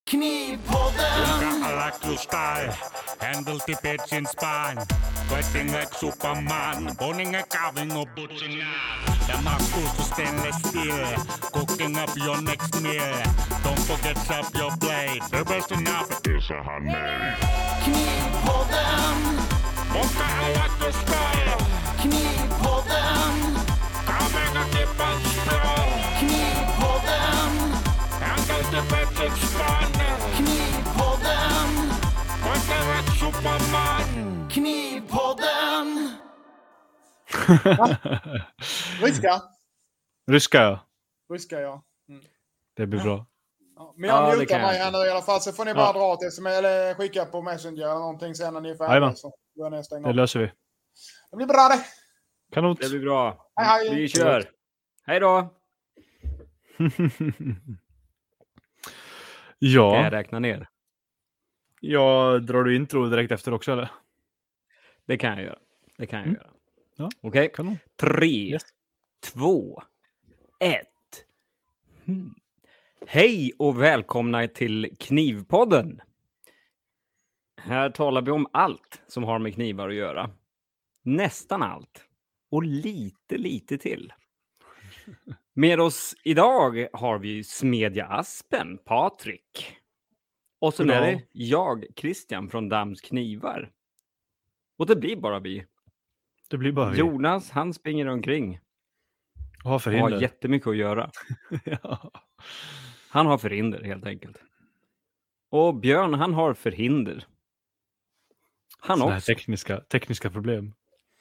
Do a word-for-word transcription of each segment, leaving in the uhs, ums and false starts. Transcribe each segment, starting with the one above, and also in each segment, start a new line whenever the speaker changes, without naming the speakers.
Knivpodden! I like your style. Handle the bitch in spine. Sweating like Superman. Boning a carving of butching. The muscles to stainless steel. Cooking up your next meal. Don't forget up your blade. The best enough is a handmade. Knivpodden! Monka, I like your style. Knivpodden! Carving a dip and straw. Knivpodden! Handle the bitch in spine. Knivpodden! Sweating like Superman. Knivpodden!
Ryska?
Ryska, ja.
Ryska, ja. Mm.
Det blir bra.
Ja, men jag
Ja, det
mutar
kan
mig
jag.
här nu i alla fall, så får ni bara
Ja.
dra till sms eller skicka på Messenger eller någonting sen när ni är
Jajamän.
färdiga. Så går jag stänga
Det
av.
löser vi.
Det blir bra det.
Kanot.
Det blir bra.
Hej, hej.
Vi kör. Hej då. Kan jag
Ja,
räkna ner?
jag drar du intro direkt efter också eller?
Det kan jag göra. Det kan jag
Mm.
göra.
Ja.
Okej.
Kanon.
Tre,
Yes.
två, ett. Hmm. Hej och välkomna till Knivpodden. Här talar vi om allt som har med knivar att göra. Nästan allt. Och lite, lite till. Med oss idag har vi Smedja Aspen, Patrik. Och sen är
Goddag.
det jag, Christian från Dams Knivar. Och det blir bara vi.
Det blir bara vi.
Jonas, han springer omkring.
Och har
Och har
förhinder.
jättemycket att göra.
Ja.
Han har förhinder helt enkelt. Och Björn, han har förhinder. Han
Såna här
också.
tekniska, tekniska problem.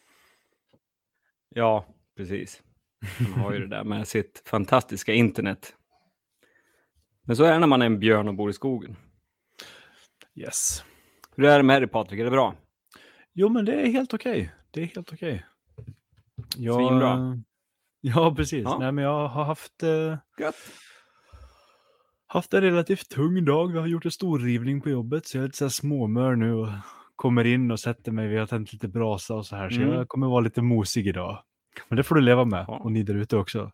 Ja, precis. Han har ju det där med sitt fantastiska internet. Men så är det när man är en björn och bor i skogen.
Yes.
Hur är det med dig, Patrik? Är det bra?
Jo, men det är helt okej. Det är helt okej. Jag...
Svinbra.
Ja, precis.
Ja.
Nej, men jag har haft, eh,
Gött.
haft en relativt tung dag. Vi har gjort en stor rivning på jobbet, så jag är lite så här småmör nu och kommer in och sätter mig. Vi har tänt lite brasa och så här, så
Mm.
jag kommer vara lite mosig idag. Men det får du leva med,
Ja.
och ni där ute också.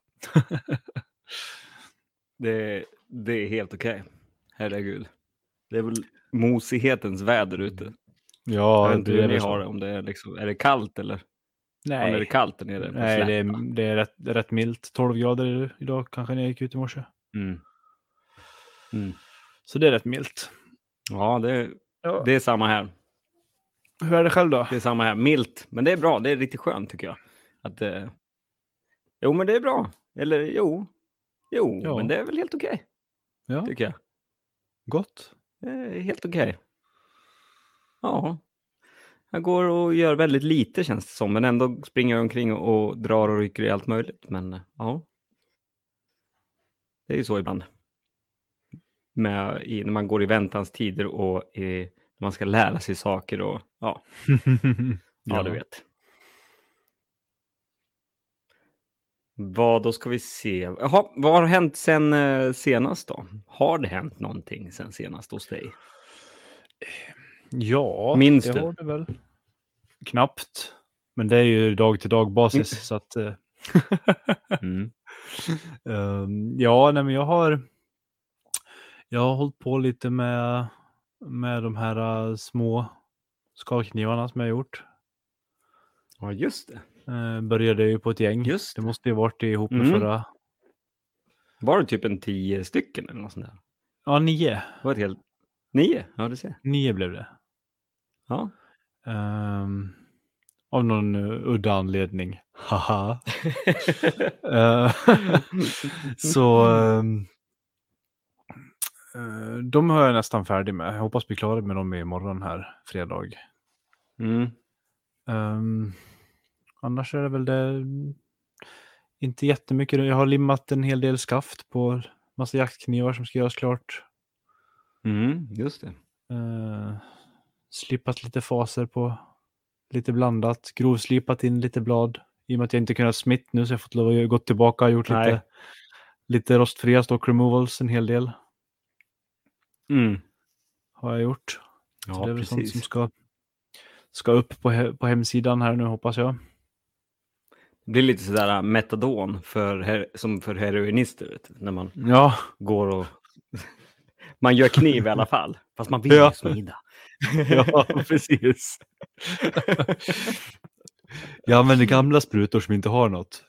Det, det är helt okej. Herregud. Det är väl mosighetens väder ute.
Ja,
Jag vet inte hur
är
ni
väl så.
har det. Om det är, liksom, är det kallt eller?
Nej,
Om är det kallt där nere på
Nej det,
slätten?
är, det, är rätt, det är rätt milt. tolv grader är det idag kanske när jag gick ut i morse.
Mm. Mm.
Så det är rätt milt.
Ja, det,
Ja.
det är samma här.
Hur är det själv då?
Det är samma här. Milt. Men det är bra. Det är riktigt skönt tycker jag. Att, eh... Jo, men det är bra. Eller jo. Jo,
Ja.
men det är väl helt okej.
Ja,
Tycker jag.
gott.
Det är helt okej. Ja. Jag går och gör väldigt lite känns det som. Men ändå springer jag omkring och, och drar och rycker i allt möjligt. Men eh, ja. Det är ju så ibland. Med, i, när man går i väntans tider och i, när man ska lära sig saker och ja. Ja, du vet. Vad då ska vi se. Jaha, vad har hänt sen eh, senast då? Har det hänt någonting sen senast hos dig?
Ja,
Minns
det
du?
har det väl. Knappt. Men det är ju dag till dag basis.
Mm.
Så att, eh,
Mm.
ehm, ja, nej, men jag har jag har hållit på lite med, med de här eh, små skalknivarna som jag har gjort.
Ja, just det.
Uh, började ju på ett gäng.
Just
Det
det.
måste ju varit ihop med
Mm.
förra.
Var det typ en tio stycken eller något sånt där?
Ja, nio.
Det var ett helt... Nio? Ja, du ser.
Nio blev det.
Ja.
Ehm, av någon uh, udda anledning. Haha. Eh, så ehm, eh, de har jag nästan färdig med. Jag hoppas bli klar med dem imorgon här, fredag.
Mm.
Ehm, annars är det väl det inte jättemycket. Jag har limmat en hel del skaft på massa jaktknivar som ska göras klart.
Mm, just det.
Uh, slipat lite faser på lite blandat, grovslipat in lite blad i och med att jag inte kunnat smitt nu, så jag har fått lov att gå tillbaka och gjort
Nej.
lite, lite rostfria stock removals, en hel del
Mm.
har jag gjort. Så
Ja,
det är väl sånt
precis.
som ska, ska upp på, he- på hemsidan här nu, hoppas jag.
Det blir lite sådär metadon för her- som för heroinister, vet du, när man
Ja,
går och Man gör kniv i alla fall. Fast man vill
Ja.
ju smida.
Ja, precis. Jag använder gamla sprutor som inte har något.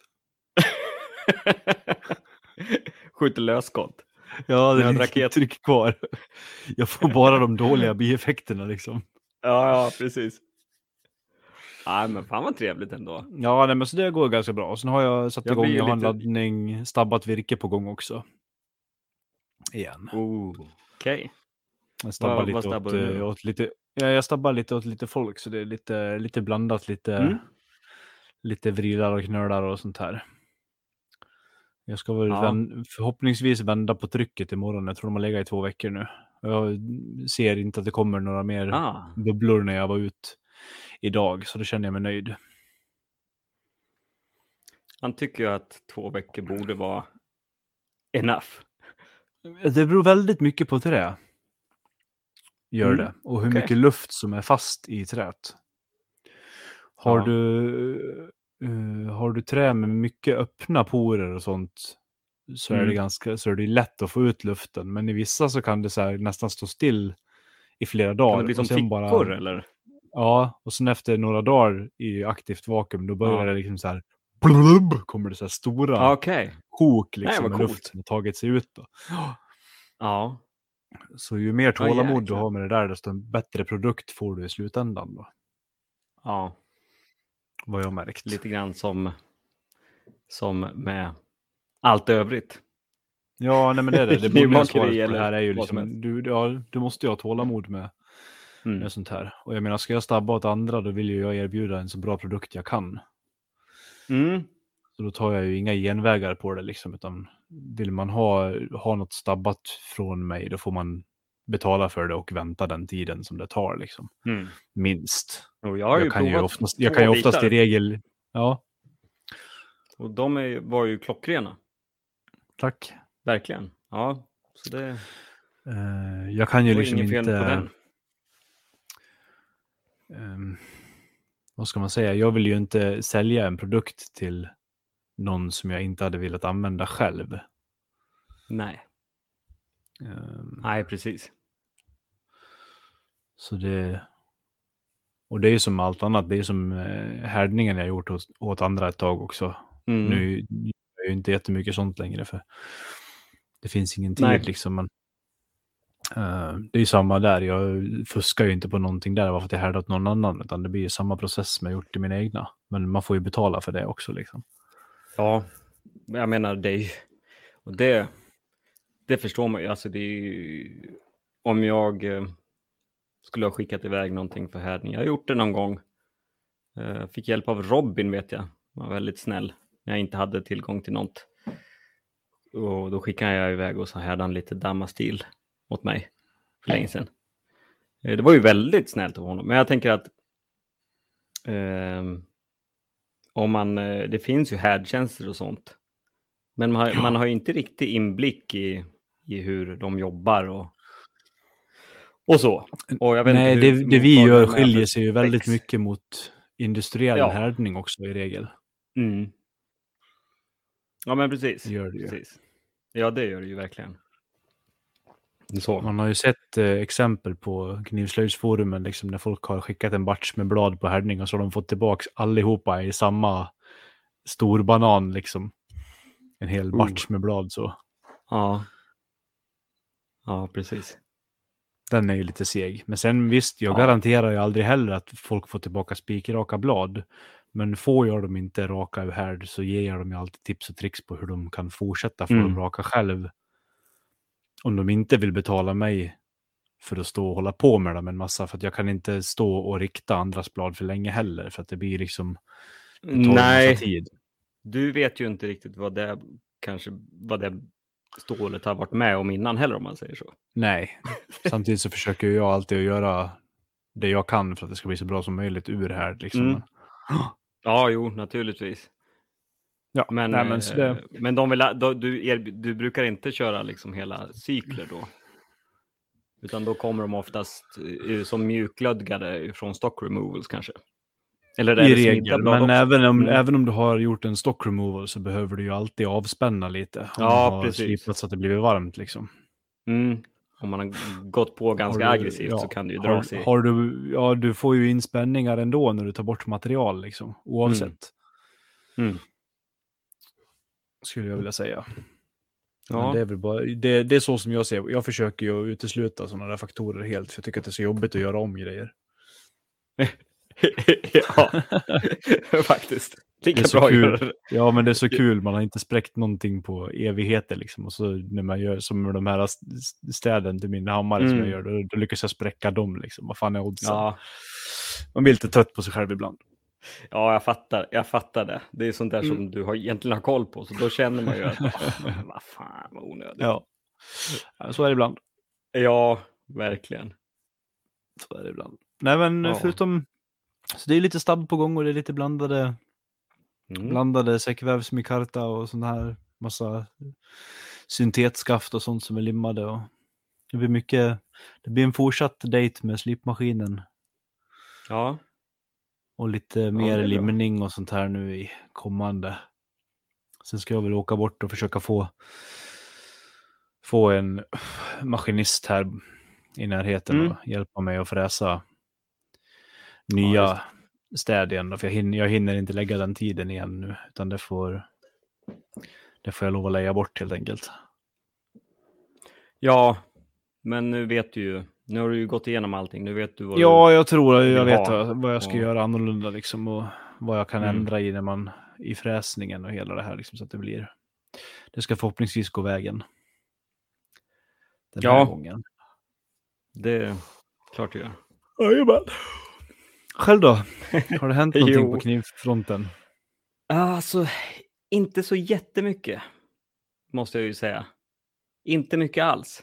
Skjuter lösskott.
Ja, det är
Nödraket.
lite tryck kvar. Jag får bara de dåliga bieffekterna liksom.
Ja, ja, precis. Nej, men fan vad trevligt ändå.
Ja, nej, men så det går ganska bra. Och sen har jag satt
Jag
igång,
blir
jag har en
lite-
laddning, stabbat virke på gång också. Igen.
Oh, okej.
Jag stabbar
Vad- vad
lite,
stabbar
åt,
du nu
eh,
då?
åt lite, ja, jag stabbar lite åt lite folk, så det är lite, lite blandat, lite,
Mm.
lite vrilar och knölar och sånt här. Jag ska väl
Ja.
vän, förhoppningsvis vända på trycket imorgon. Jag tror de har legat i två veckor nu. Jag ser inte att det kommer några mer
Ah,
bubblor när jag var ut idag, så då känner jag mig nöjd.
han tycker ju att två veckor borde vara enough.
Det beror väldigt mycket på trä. Gör
Mm,
det. Och hur
okej.
mycket luft som är fast i träet. Har
Ja.
du uh, har du trä med mycket öppna porer och sånt, så är det
Mm.
ganska så är det lätt att få ut luften. Men i vissa så kan det så här nästan stå still i flera dagar.
Kan det bli som
och sen
fickor eller?
Ja, och sen efter några dagar i aktivt vakuum, då börjar
Ja.
det liksom så här blub, kommer det så här stora
Ja, okej.
sjok
Nej,
liksom
vad
med
coolt.
luft som har tagit sig ut då.
Ja.
Så ju mer tålamod du
jäklar.
har med det där, desto bättre produkt får du i slutändan då.
Ja,
Vad jag har märkt.
lite grann som, som med allt övrigt.
Ja, nej men det är det. Det borde jag
Knivmakeri
svara på. Det
eller
här är ju
vad som
liksom, du, ja, du måste ju ha tålamod med,
Mm.
med sånt här. Och jag menar, ska jag stabba åt andra, då vill ju jag erbjuda en så bra produkt jag kan.
Mm.
Så då tar jag ju inga genvägar på det liksom, utan vill man ha, ha något stabbat från mig, då får man betala för det och vänta den tiden som det tar liksom.
Mm.
Minst.
Och jag har ju
Jag kan ju
provat
oftast, jag
två
kan ju oftast i
bitar.
regel, ja,
Och de är, var ju klockrena.
tack.
Verkligen. Ja, så det
Eh, jag kan ju
var
liksom
ingen fel
inte...
på den.
ehm, vad ska man säga? Jag vill ju inte sälja en produkt till någon som jag inte hade velat använda själv.
Nej,
Ehm,
nej precis.
så det... Och det är ju som allt annat. Det är som eh, härdningen jag gjort åt, åt andra ett tag också.
Mm.
Nu är jag ju inte jättemycket sånt längre, för det finns ingen tid
Nej.
liksom. Men, eh, det är ju samma där. Jag fuskar ju inte på någonting där bara för att jag härdar åt någon annan, utan det blir ju samma process som jag gjort i mina egna. Men man får ju betala för det också liksom.
Ja, men jag menar det är ju, och det, det förstår man ju. Alltså det är ju, om jag eh, skulle ha skickat iväg någonting för härdning. Jag har gjort det någon gång. Eh, fick hjälp av Robin, vet jag. Han var väldigt snäll när jag inte hade tillgång till något. Och då skickade jag iväg och så härdade han lite Damastil åt mig för länge sedan. Eh, det var ju väldigt snällt av honom. Men jag tänker att ehm, om man, eh, det finns ju härdtjänster och sånt. Men man har,
Ja.
man har ju inte riktigt inblick i, i hur de jobbar och, och så. Och jag vet
Nej,
inte hur
det, det vi
mottagaren
gör
är för
skiljer sig ju väldigt
spex.
mycket mot industriell
Ja.
härdning också i regel.
Mm. Ja, men precis.
Det gör det ju.
precis. Ja, det gör det ju verkligen. Så.
Man har ju sett eh, exempel på knivslöjdsforumen liksom, när folk har skickat en batch med blad på härdning och så har de fått tillbaka allihopa i samma stor banan liksom. En hel
Oh.
batch med blad så.
Ja. Ja, precis.
Den är ju lite seg. Men sen visst, jag
Ja.
garanterar ju aldrig heller att folk får tillbaka spikraka blad. Men får jag dem inte raka ur härd, så ger jag dem ju alltid tips och tricks på hur de kan fortsätta få
Mm.
dem raka själv. Om de inte vill betala mig för att stå och hålla på med dem en massa. För att jag kan inte stå och rikta andras blad för länge heller. För att det blir liksom, det tar en
Nej,
massa tid.
du vet ju inte riktigt vad det kanske vad det stålet har varit med om innan heller, om man säger så.
Nej, samtidigt så försöker jag alltid att göra det jag kan för att det ska bli så bra som möjligt ur här. Liksom.
Mm. Ja, jo, naturligtvis.
Ja,
Men,
nej, men, så det,
eh, men de vill, då, du, er, du brukar inte köra liksom hela cykler då? Utan då kommer de oftast eh, som mjuklödgade från stock removals kanske? Eller är
i
det smidda
regel,
blad
men
också?
även om,
Mm.
även om du har gjort en stock removal så behöver du ju alltid avspänna lite. Om
Ja,
du har
precis.
slipat så att det blir varmt liksom.
Mm. om man har gått på ganska
du,
aggressivt
ja,
så kan det ju
har,
dra sig.
Har du, ja, du får ju in spänningar ändå när du tar bort material liksom, oavsett.
Mm. Mm.
Skulle jag vilja säga.
Ja.
Men det är väl bara, det, det är så som jag ser. Jag försöker ju utesluta sådana där faktorer helt, för jag tycker att det är så jobbigt att göra om grejer.
Ja, faktiskt. Lika
Det är så
bra att göra
kul.
det.
Ja, men det är så kul. Man har inte spräckt någonting på evigheter liksom. Och så när man gör som med de här st- städen till min hammare
Mm.
som jag gör, då, då lyckas jag spräcka dem liksom. Vad fan är oddsen?
Ja.
Man blir lite trött på sig själv ibland.
Ja, jag fattar. Jag fattar det. Det är sånt där
Mm.
som du har, egentligen har koll på. Så då känner man ju att, åh, vad fan, vad onödigt.
Ja. Ja, så är det ibland.
Ja, verkligen.
Så är det ibland. Nej, men
Ja.
förutom... Så det är lite stabb på gång och det är lite blandade...
Mm.
Blandade säckvävsmikarta och sån här massa syntetskaft och sånt som är limmade. Och det blir mycket... Det blir en fortsatt date med slipmaskinen.
Ja.
Och lite
det
mer
är bra.
limning och sånt här nu i kommande. Sen ska jag väl åka bort och försöka få få en maskinist här i närheten
Mm.
och hjälpa mig att fräsa nya
Ja,
städ igen. Då, för jag hinner, jag hinner inte lägga den tiden igen nu, utan det får, det får jag lov att lägga bort helt enkelt.
Ja, men nu vet du ju. Nu har du ju gått igenom allting. Nu vet du vad
Ja,
du...
jag tror att jag
vill
vet
ha.
vad, vad jag ska
Ja.
göra annorlunda liksom, och vad jag kan
Mm.
ändra i när man i fräsningen och hela det här liksom, så att det blir det ska förhoppningsvis gå vägen den
Ja.
här gången.
Det är klart du gör.
Jajamän. Själv då? Har det hänt någonting
Jo.
på knivfronten?
Alltså, inte så jättemycket. Måste jag ju säga. Inte mycket alls.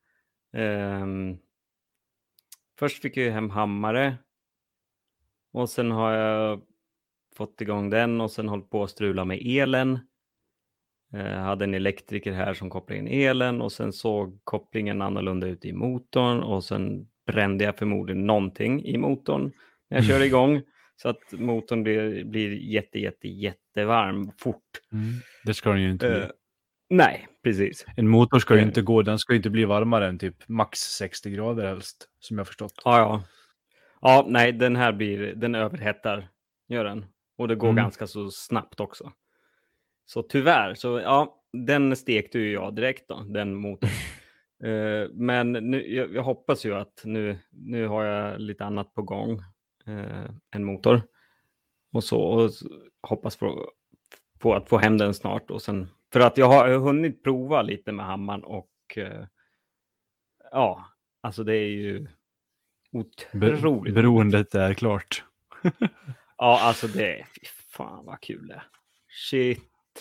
Ehm, först fick jag ju hem hammare. Och sen har jag fått igång den och sen hållit på att strula med elen. Jag hade en elektriker här som kopplade in elen och sen såg kopplingen annorlunda ut i motorn och sen brände jag förmodligen någonting i motorn när jag kör igång. Så att motorn blir, blir jätte, jätte, jättevarm fort.
Mm. Det ska den ju inte bli.
Eh, nej, precis.
En motor ska ju
eh.
inte gå, den ska ju inte bli varmare än typ max sextio grader helst, som jag förstått.
Ja, ja. Ja, nej, den här blir, den överhettar, gör den. Och det går
Mm.
ganska så snabbt också. Så tyvärr, så ja, den stekte ju jag direkt då, den motorn. uh, men nu, jag, jag hoppas ju att nu, nu har jag lite annat på gång uh, än motor. Och så och hoppas på, på att få hem den snart. Och sen, för att jag har, jag har hunnit prova lite med hammaren och uh, ja, alltså det är ju otroligt.
Be- beroendet är klart.
Ja, alltså det är, fy fan vad kul det är. Shit.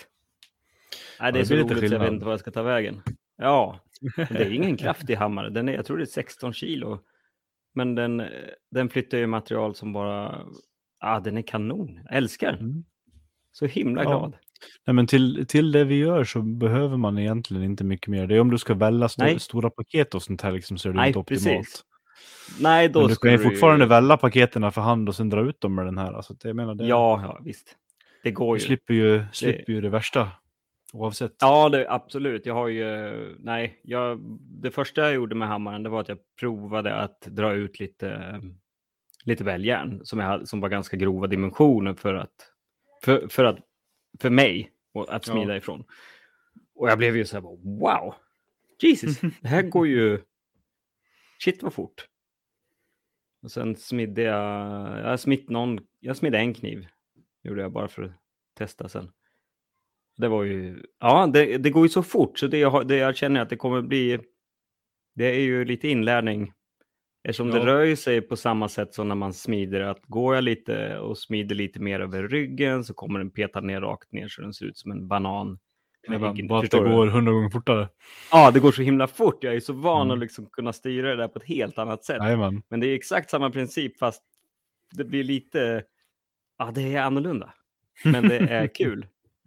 Nej, det
Ja,
är så
det blir lite
roligt så jag vet
skillnad.
inte vad jag ska ta vägen. Ja, men det är ingen kraftig hammare. Den är, jag tror det är sexton kilo. Men den, den flyttar ju material som bara, ja, den är kanon. Jag älskar den.
Mm.
Så himla
Ja.
glad.
Nej, men till, till det vi gör så behöver man egentligen inte mycket mer. Det är om du ska välja st-
Nej.
stora paket och sånt här liksom, så är det
Nej,
inte optimalt.
precis. Nej, då
Men du
ska
kan ju
du
fortfarande välja paketerna för hand och sen dra ut dem med den här. Alltså, det, jag menar, det,
Ja, ja, visst. Det går
du
ju.
slipper ju, slipper ju det värsta oavsett.
Ja, det, absolut. Jag har ju, nej, jag, det första jag gjorde med hammaren, det var att jag provade att dra ut lite, lite väljärn som, jag hade, som var ganska grova dimensioner för att, för, för att, för mig och att smida
Ja.
ifrån. Och jag blev ju så här, wow, Jesus, det här går ju, shit vad fort. Och sen smidde jag, jag smitt någon, jag smidde en kniv, gjorde jag bara för att testa sen. Det var ju, ja, det, det går ju så fort så det jag, det jag känner att det kommer bli, det är ju lite inlärning. Eftersom
Ja.
det rör sig på samma sätt som när man smider, att går jag lite och smider lite mer över ryggen så kommer den peta ner rakt ner så den ser ut som en banan.
Det är bara,
Ryggen,
bara att det
förstår du?
går hundra gånger fortare.
Ja, det går så himla fort. Jag är så van
Mm.
att liksom kunna styra det där på ett helt annat sätt.
Jajamän.
Men det är exakt samma princip fast det blir lite, ja, det är annorlunda. Men det är kul.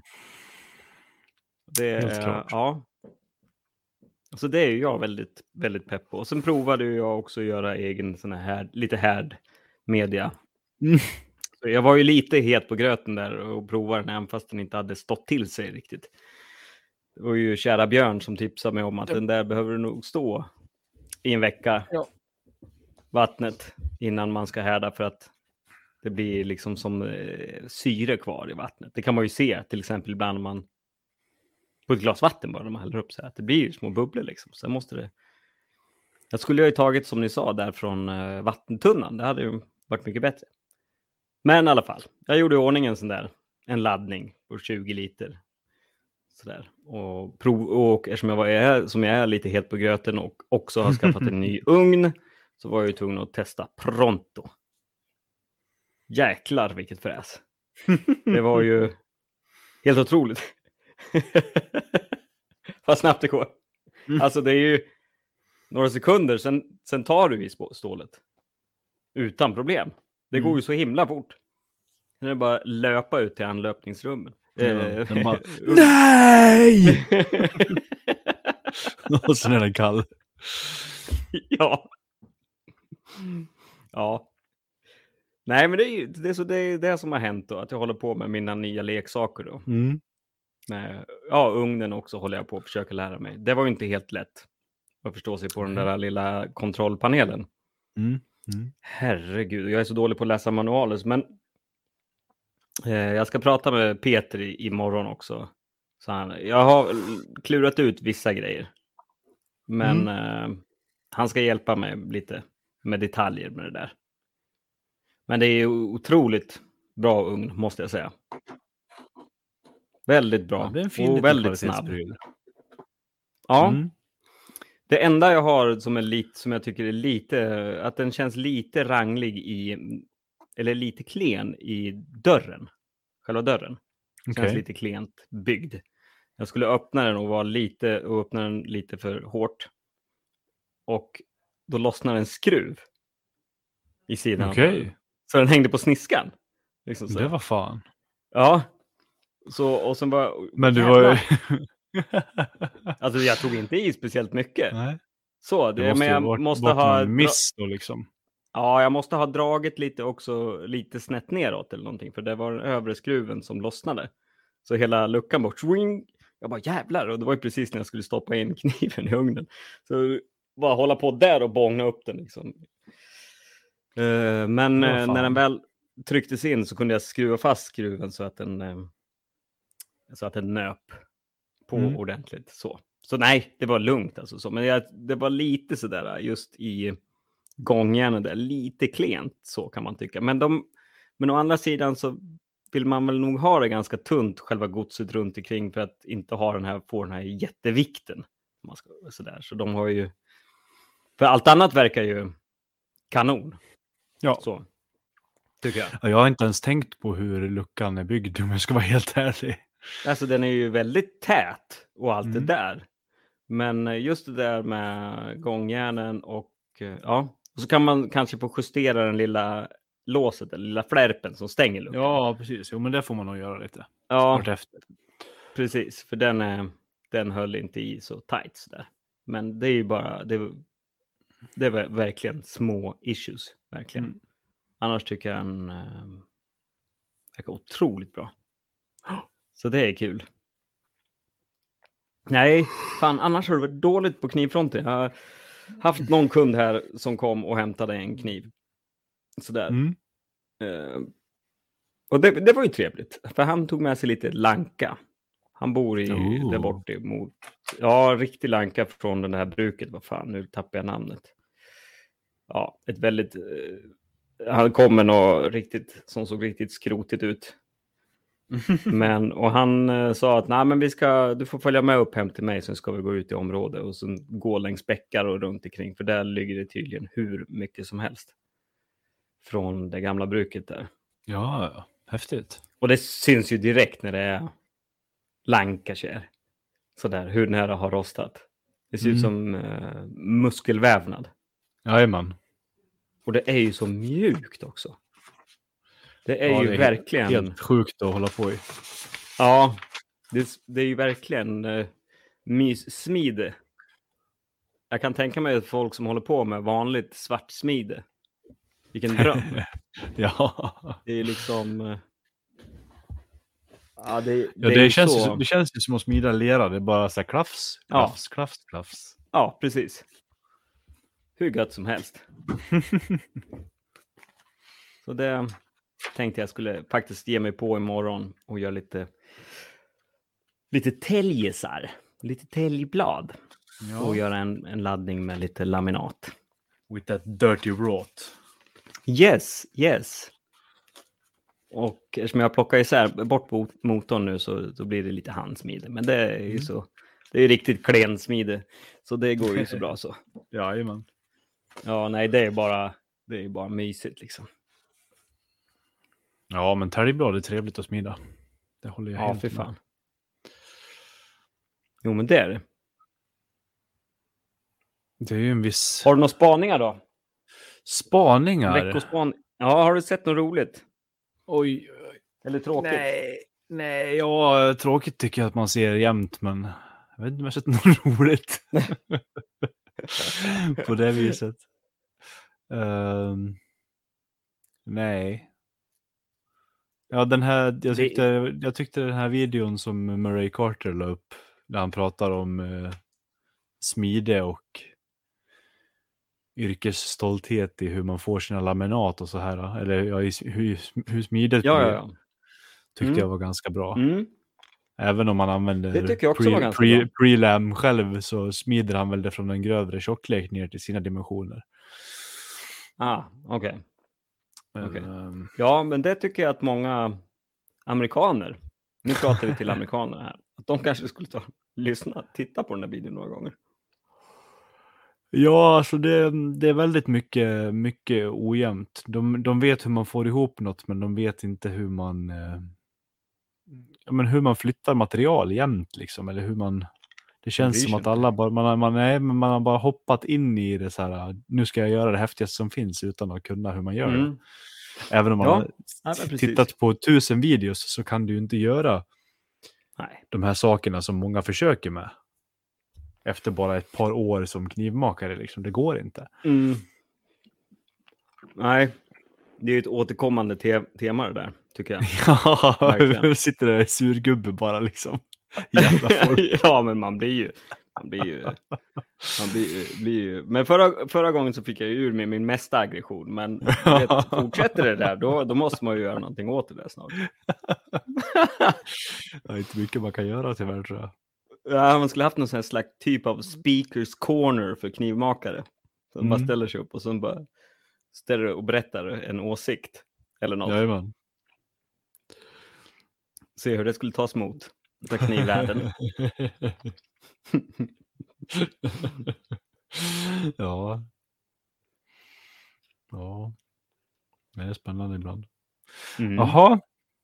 Det
Helt
är,
klart.
ja. Så det är ju jag väldigt, väldigt pepp på. Och sen provade jag också att göra egen sån här, lite härd media.
Mm.
Så jag var ju lite het på gröten där och provade den även fast den inte hade stått till sig riktigt. Det var ju kära Björn som tipsade mig om att den där behöver du nog stå i en vecka.
Ja.
Vattnet innan man ska härda för att det blir liksom som eh, syre kvar i vattnet. Det kan man ju se till exempel ibland man på ett glas vatten bara när man häller upp så här. Att det blir ju små bubblor liksom. Sen måste det... Jag skulle ju tagit som ni sa där från eh, vattentunnan. Det hade ju varit mycket bättre. Men i alla fall. Jag gjorde i ordning en sån där. En laddning på tjugo liter. Sådär. Och, prov, och eftersom jag, var, är, som jag är lite helt på gröten och också har skaffat en ny ugn. Så var jag ju tvungen att testa pronto. Jäklar vilket fräs. Det var ju helt otroligt. Vad snabbt det går.
Mm.
Alltså det är ju några sekunder, sen, sen tar du i stålet. Utan problem. Det går ju så himla fort. Det är bara löpa ut till anlöpningsrummen.
Ja,
Eh,
den bara, nej! Och sen är den kall.
Ja. Ja. Nej, men det är ju det, är så det, är det som har hänt då. Att jag håller på med mina nya leksaker då.
Mm.
Med, ja, ugnen också håller jag på att försöka lära mig. Det var ju inte helt lätt. Att förstå sig på den där lilla kontrollpanelen.
Mm. Mm.
Herregud, jag är så dålig på att läsa manualer. Men eh, jag ska prata med Peter i, imorgon också. Så han, jag har klurat ut vissa grejer. Men
Mm.
eh, han ska hjälpa mig lite med detaljer med det där. Men det är ju otroligt bra ugn, måste jag säga. Väldigt bra.
Ja, det är en fin
och
liten
väldigt snabb.
kvalitetspryl.
Ja.
Mm.
Det enda jag har som är lite, som jag tycker är lite, att den känns lite ranglig i, eller lite klen i dörren. Själva dörren. Känns
Okej.
lite klent byggd. Jag skulle öppna den och vara lite, och öppna den lite för hårt. Och då lossnar en skruv i sidan.
Okej.
Så den hängde på sniskan. Liksom så.
Det var fan.
Ja. Så, och sen bara...
Men du var ju...
Alltså jag tog inte i speciellt mycket.
Nej.
Så, det,
Det måste
men
ju
jag
varit,
måste
varit
ha...
någon miss då liksom.
Ja, jag måste ha dragit lite också, lite snett neråt eller någonting. För det var den övre skruven som lossnade. Så hela luckan bort. Swing! Jag bara jävlar, och det var ju precis när jag skulle stoppa in kniven i ugnen. Så bara hålla på där och bångna upp den liksom. Uh, men
Vad
uh,
fan.
när den väl trycktes in så kunde jag skruva fast skruven så att den, uh, så att den nöp på
Mm.
ordentligt. Så. så nej, det var lugnt alltså. Så. Men jag, det var lite sådär just i gångjärnen där, lite klent så kan man tycka. Men, de, men å andra sidan så vill man väl nog ha det ganska tunt, själva godset runt omkring för att inte ha den här, få den här jättevikten. Om man ska, sådär. Så de har ju, för allt annat verkar ju kanon.
Ja.
Så, tycker jag.
Ja, jag har inte ens tänkt på hur luckan är byggd om jag ska vara helt ärlig.
Alltså den är ju väldigt tät och allt
Mm.
det där. Men just det där med gångjärnen och ja. Och så kan man kanske få justera den lilla låset, den lilla flärpen som stänger luckan.
Ja, precis. Jo, men det får man nog göra lite.
Ja,
Kort efter.
precis. För den, är, den höll inte i så tight sådär. Men det är ju bara, det, det är verkligen små issues. Verkligen.
Mm.
Annars tycker jag den äh, verkar otroligt bra. Så det är kul. Nej, fan, annars har det varit dåligt på knivfronten. Jag har haft någon kund här som kom och hämtade en kniv. Sådär.
Mm.
Uh, och det, det var ju trevligt. För han tog med sig lite lanka. Han bor i,
Oh.
där borta emot. Ja, riktig lanka från det här bruket. Vad fan, nu tappar jag namnet. Ja, ett väldigt... Uh, han kom med något riktigt, som såg riktigt skrotigt ut. Men, och han uh, sa att nej, men vi ska, du får följa med upp hem till mig, sen ska vi gå ut i området och sen gå längs bäckar och runt omkring, för där ligger det tydligen hur mycket som helst från det gamla bruket där.
Ja, ja. Häftigt.
Och det syns ju direkt när det är lankakär. Sådär, hur nära har rostat. Det ser
Mm.
ut som uh, muskelvävnad.
Jajamän.
Och det är ju så mjukt också. Det är
Ja,
ju
det är
verkligen...
Helt sjukt att hålla på i.
Ja, det, det är ju verkligen uh, myssmide. Jag kan tänka mig att folk som håller på med vanligt svartsmide. Vilken dröm.
Ja.
Det är liksom... Uh, ja, det, det,
Ja, det,
är
känns
så...
ju, det känns ju som att smida lera. Det är bara så här klaffs,
Ja.
klaffs, klaffs, klaffs.
Ja, precis. hur gött som helst. Så det tänkte jag skulle faktiskt ge mig på imorgon och göra lite lite täljesar, lite täljblad
Ja.
och göra en, en laddning med lite laminat.
With that dirty rot.
Yes, yes. Och eftersom jag plockar isär bort motorn nu så, så blir det lite handsmide. Men det är ju
Mm.
så, det är riktigt klensmide. Så det går ju så bra så.
Jajamän.
Ja, nej, det är bara, det är bara mysigt liksom.
Ja, men täljblad är trevligt att smida. Det håller jag
Ja,
helt
för
med.
fan. Jo, men det är det.
Det är ju en viss...
Har du några spaningar då?
Spaningar?
Veckospan... Ja, har du sett något roligt?
Oj, oj.
Eller tråkigt?
Nej, nej, ja, tråkigt tycker jag att man ser jämt, men jag vet inte om jag har sett något roligt. På det viset. Um, nej. Ja, den här, jag tyckte, jag tyckte den här videon som Murray Carter la upp, där han pratar om uh, smide och yrkesstolthet i hur man får sina laminat och så här, eller ja, i, hur, hur smidet
Ja,
blir,
ja, ja.
tyckte
Mm.
jag var ganska bra.
Mm.
Även om man använder
Det tycker jag också var ganska
pre,
bra.
prelam själv, så smider han väl det från en grövre tjocklek ner till sina dimensioner.
Ah, okej.
Men,
Okej.
ehm,
Ja, men det tycker jag att många amerikaner, nu pratar vi till amerikaner här, att de kanske skulle ta, lyssna, titta på den här videon några gånger.
ja, alltså det, det är väldigt mycket, mycket ojämnt. De, de vet hur man får ihop något, men de vet inte hur man eh, ja, men hur man flyttar material jämt liksom, eller hur man det känns
bryr
som
sig
att alla bara man, har- man, nej, men man har bara hoppat in i det så här, nu ska jag göra det häftigaste som finns utan att kunna hur man gör det.
Mm.
Även om man
Ja,
har
ja, men precis.
tittat på tusen videos så kan du ju inte göra
Nej.
de här sakerna som många försöker med. Efter bara ett par år som knivmakare liksom, det går inte.
Mm. Nej, det är ju ett återkommande te- tema det där, tycker jag.
Ja,
Verkligen.
sitter där i surgubbe bara liksom. Jävla folk.
Ja, men man blir ju... Man blir ju... Man blir, blir ju men förra, förra gången så fick jag ju ur med min mesta aggression. Men vet, fortsätter det där, då, då måste man ju göra någonting åt det där snart.
Det är inte mycket man kan göra tyvärr, tror jag.
Ja, man skulle haft någon sån här slags typ av speakers corner för knivmakare. Så man
Mm.
bara ställer sig upp och så bara ställer och berättar en åsikt. Eller något.
Jajamän.
Se hur det skulle tas emot av knivvärlden.
Ja. Ja. Det är spännande ibland.
Mm.
Jaha.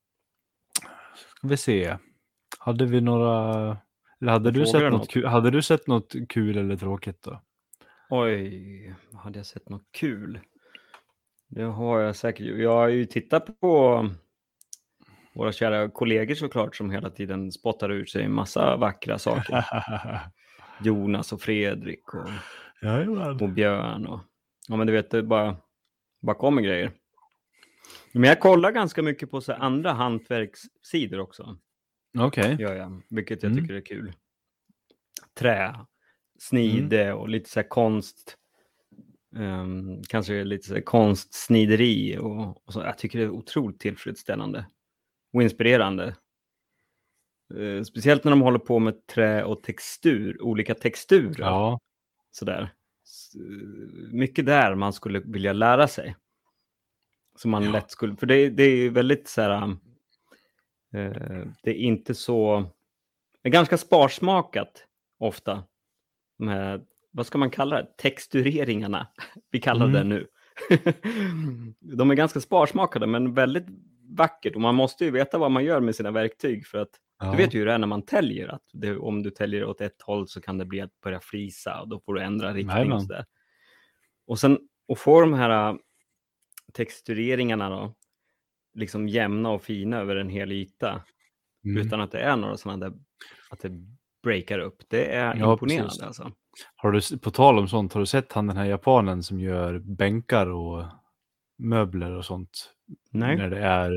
Ska vi se. Hade vi några... Eller hade, du
Frågar
sett
du
något
något?
kul, hade du sett något kul eller tråkigt då?
Oj, hade jag sett något kul? Det har jag säkert. Jag har ju tittat på våra kära kollegor såklart som hela tiden spottar ut sig en massa vackra saker. Jonas och Fredrik och,
Jajamän.
och Björn. Och, ja, men du vet, det bara, bara kommer grejer. Men jag kollar ganska mycket på så här andra hantverkssidor också.
Okej.
Gör jag, vilket jag
Mm.
tycker är kul. Trä, snide och lite så här konst. Um, kanske lite så här konstsnideri och, och så. Jag tycker det är otroligt tillfredsställande och inspirerande. Uh, speciellt när de håller på med trä och textur, olika texturer.
Ja.
Sådär. S- mycket där man skulle vilja lära sig. Som man
Ja.
lätt skulle, för det, det är väldigt så här, uh, det är inte så, det är ganska sparsmakat ofta. De här, vad ska man kalla det? Textureringarna. Vi kallar
Mm.
det nu. De är ganska sparsmakade men väldigt vackert. Och man måste ju veta vad man gör med sina verktyg. För att
Ja.
du vet ju hur det är när man täljer. Att det, om du täljer åt ett håll så kan det bli att börja flisa. Och då får du ändra riktning.
Jajamän.
Och, så där. Och sen och få de här äh, textureringarna då. Liksom jämna och fina över en hel yta.
Mm.
Utan att det är några sådana där. Att det breakar upp. Det är
Ja,
imponerande
precis.
alltså.
Har du, på tal om sånt, har du sett han den här japanen som gör bänkar och möbler och sånt?
Nej.
När det är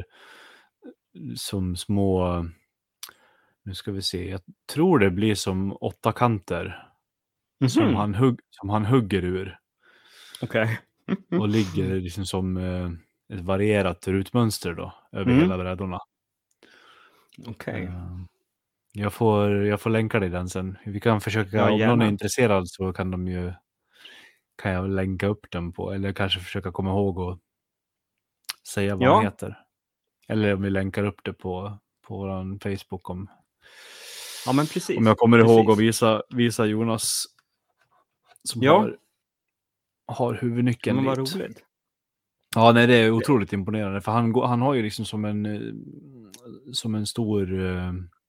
som små, nu ska vi se, jag tror det blir som åtta kanter som,
Mhm.
han hugg, som han hugger ur.
Okej.
och ligger liksom som eh, ett varierat rutmönster då över
Mm.
hela brädorna.
Okej.
Eh, jag, får, jag får länka dig den sen. Vi kan försöka,
Ja,
om
gärna.
någon är intresserad så kan de ju kan jag länka upp den på, eller kanske försöka komma ihåg och säga vad
Ja.
han heter. Eller om vi länkar upp det på, på vår Facebook om,
Ja, men precis.
om jag kommer
precis.
ihåg att visa, visa Jonas som
Ja.
har, har
Ja,
huvudnyckeln
men vad
dit.
roligt.
Ja, nej, det är otroligt imponerande för han, går, han har ju liksom som en eh, som en stor eh,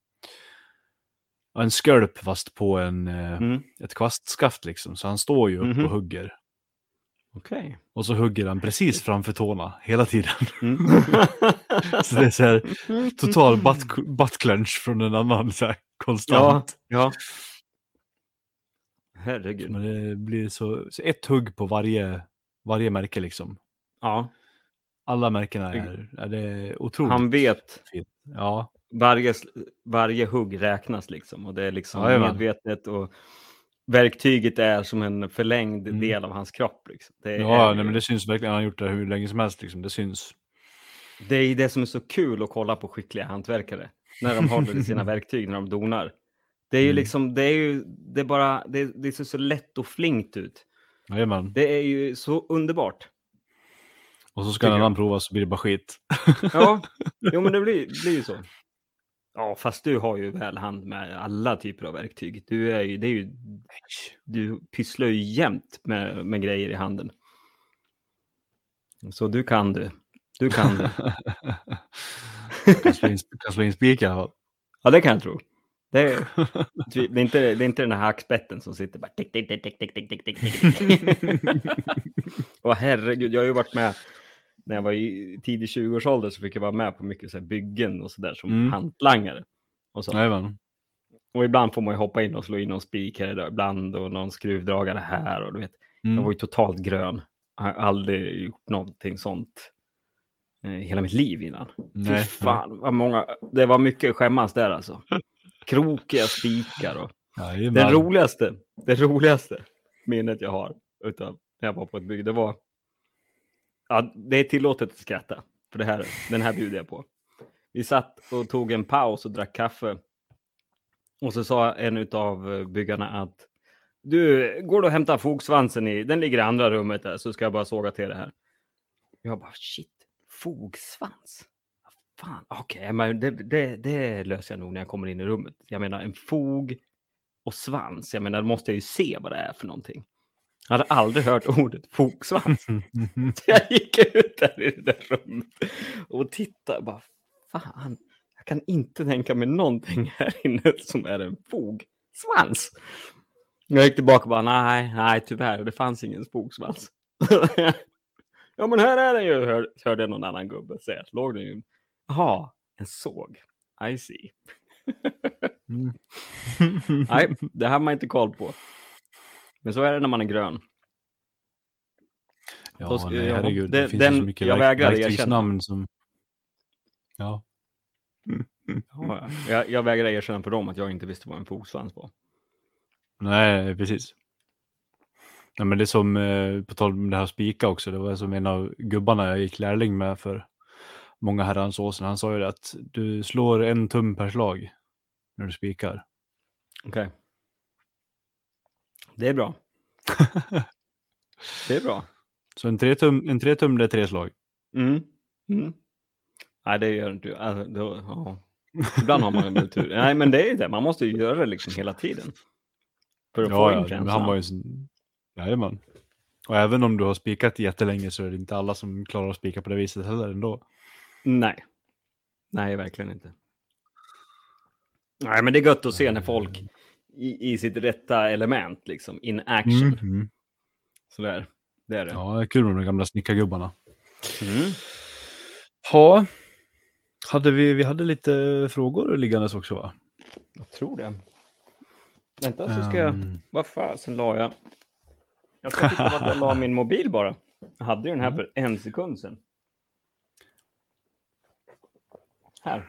en skölp fast på en eh,
Mm.
ett kvastskaft liksom, så han står ju upp
Mhm.
och hugger.
Okej.
Och så hugger han precis framför tårna hela tiden.
Mm.
Så det är så här total butt, butt clench från en annan så här, konstant.
Ja, ja. Herregud.
Men det blir så, så ett hugg på varje, varje märke liksom.
Ja,
Alla märkena är, är det otroligt
han vet
fint. Ja,
varje, varje hugg räknas liksom och det är liksom
Jajamän.
medvetet och verktyget är som en förlängd
Mm.
del av hans kropp. Liksom. Det,
ja
är,
nej, men det syns verkligen. Han har gjort det hur länge som helst liksom. Det syns.
det är det som är så kul att kolla på skickliga hantverkare när de håller i sina verktyg när de donar. Det är ju
Mm.
liksom, det är ju, det är bara, det, det ser så lätt och flinkt ut.
Jajamän.
Det är ju så underbart.
Och så ska en
tycker
annan prova så blir det bara skit.
Ja, jo men det blir, blir ju så. Ja, fast du har ju väl hand med alla typer av verktyg. Du är ju, det är ju, du pysslar ju jämt med, med grejer i handen. Så du kan du. Du kan du.
kan slå in, kan slå in spik i alla fall.
Ja, det kan jag tro. Det är, det är, inte, det är inte den här hackspetten som sitter bara tick, tick, tick, tick, tick, tick, tick, tick, tick. Och herregud, jag har ju varit med när jag var i tidig tjugo-årsålder så fick jag vara med på mycket så här byggen och sådär som
Mm.
hantlangare. Och, så.
Jajamän.
och ibland får man ju hoppa in och slå in någon spik här där ibland och någon skruvdragare här och du vet.
Mm.
Jag var ju totalt grön. Jag har aldrig gjort någonting sånt eh, hela mitt liv innan.
Nej,
Fy fan, vad många, det var mycket skämmas där alltså. Krokiga spikar och
Jajamän.
det roligaste, det roligaste minnet jag har utav när jag var på ett bygge, det var, ja, det är tillåtet att skratta, för det här, den här bjuder jag på. Vi satt och tog en paus och drack kaffe. Och så sa en utav byggarna att du, går du och hämtar fogsvansen i, den ligger i andra rummet där, så ska jag bara såga till det här. Jag bara, shit, fogsvans? Fan, okej, okay, men det, det, det löser jag nog när jag kommer in i rummet. Jag menar, en fog och svans, jag menar, då måste jag ju se vad det är för någonting. Jag hade aldrig hört ordet fogsvans. Så jag gick ut där i det där rummet och tittade, bara, fan, jag kan inte tänka mig någonting här inne som är en fogsvans. Jag gick tillbaka och bara, nej, nej, tyvärr, det fanns ingen fogsvans. Ja, men här är den ju, hör, hörde jag någon annan gubbe säga. Låg den ju. Jaha, en såg. I see.
Mm.
Nej, det här har man inte koll på. Men så är det när man är grön.
Ja,
Då ska-
nej,
ja,
herregud. Det,
det-
finns ju
den-
så mycket
jag
verk-
vägrar erkänna.
verktygsnamn som... Ja.
Ja, jag, jag vägrar erkänna för dem att jag inte visste vad en fogsvans var.
Nej, precis. Nej, men det är som, eh, på tal om det här spika också, det var som en av gubbarna jag gick lärling med för många herrans år sedan. Han sa ju det att du slår en tum per slag när du spikar.
Okej. Det är bra. Det är bra.
Så en tre tum, en tre tum det är tre slag.
Mm. Mm. Nej, det gör inte. Alltså, då, ja. Ibland har man väl tur. Nej, men det är det. Man måste ju göra det liksom hela tiden. För att få
Ja,
in
ja, men
känslan.
han var ju sån... Jajamän. Och även om du har spikat jättelänge så är det inte alla som klarar att spika på det viset heller ändå.
Nej. Nej, verkligen inte. Nej, men det är gött att se när folk i, i sitt rätta element, liksom, in action.
Mm, mm.
Sådär. Det är det.
Ja, det är kul med de gamla snickargubbarna.
Mm.
Ja, hade vi, vi hade lite frågor liggandes också, va?
Jag tror det. Vänta så ska jag...
Um,
Vad fasen la jag? Jag ska titta vart jag la min mobil bara. Jag hade ju den här för en sekund sedan. Här.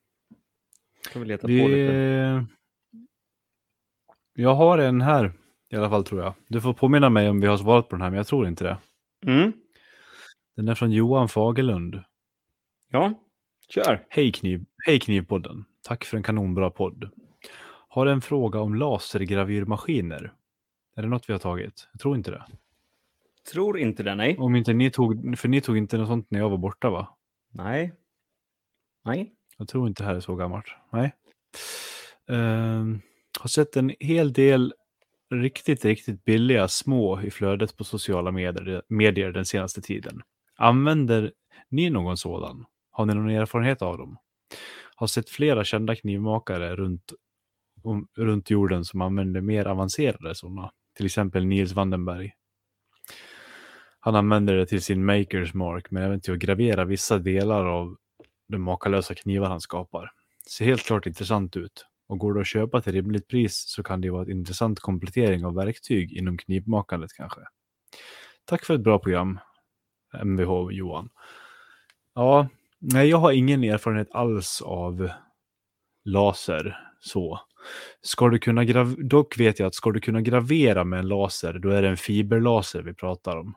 Ska vi leta på lite.
vi... Jag har en här I alla fall tror jag. Du får påminna mig om vi har svarat på den här, men jag tror inte det.
Mm.
Den är från Johan Fagerlund.
Ja, kör.
Hej, kniv, hej Knivpodden. Tack för en kanonbra podd. Har en fråga om lasergravyrmaskiner. Är det något vi har tagit? Jag tror inte det.
Tror inte det, nej.
Om inte ni tog, för ni tog inte något sånt när jag var borta, va?
Nej. Nej.
Jag tror inte det här är så gammalt. Nej. Uh, har sett en hel del riktigt, riktigt billiga små i flödet på sociala medier, medier den senaste tiden. Använder ni någon sådan? Har ni någon erfarenhet av dem? Har sett flera kända knivmakare runt, om, runt jorden som använder mer avancerade sådana. Till exempel Nils Vandenberg. Han använder det till sin Makers Mark, men även till att gravera vissa delar av de makalösa knivar han skapar. Ser helt klart intressant ut. Och går det att köpa till rimligt pris så kan det vara ett intressant komplettering av verktyg inom knivmakandet kanske. Tack för ett bra program, M V H Johan. Ja, nej, jag har ingen erfarenhet alls av laser så. Ska du kunna grav- Dock vet jag att ska du kunna gravera med en laser, då är det en fiberlaser vi pratar om.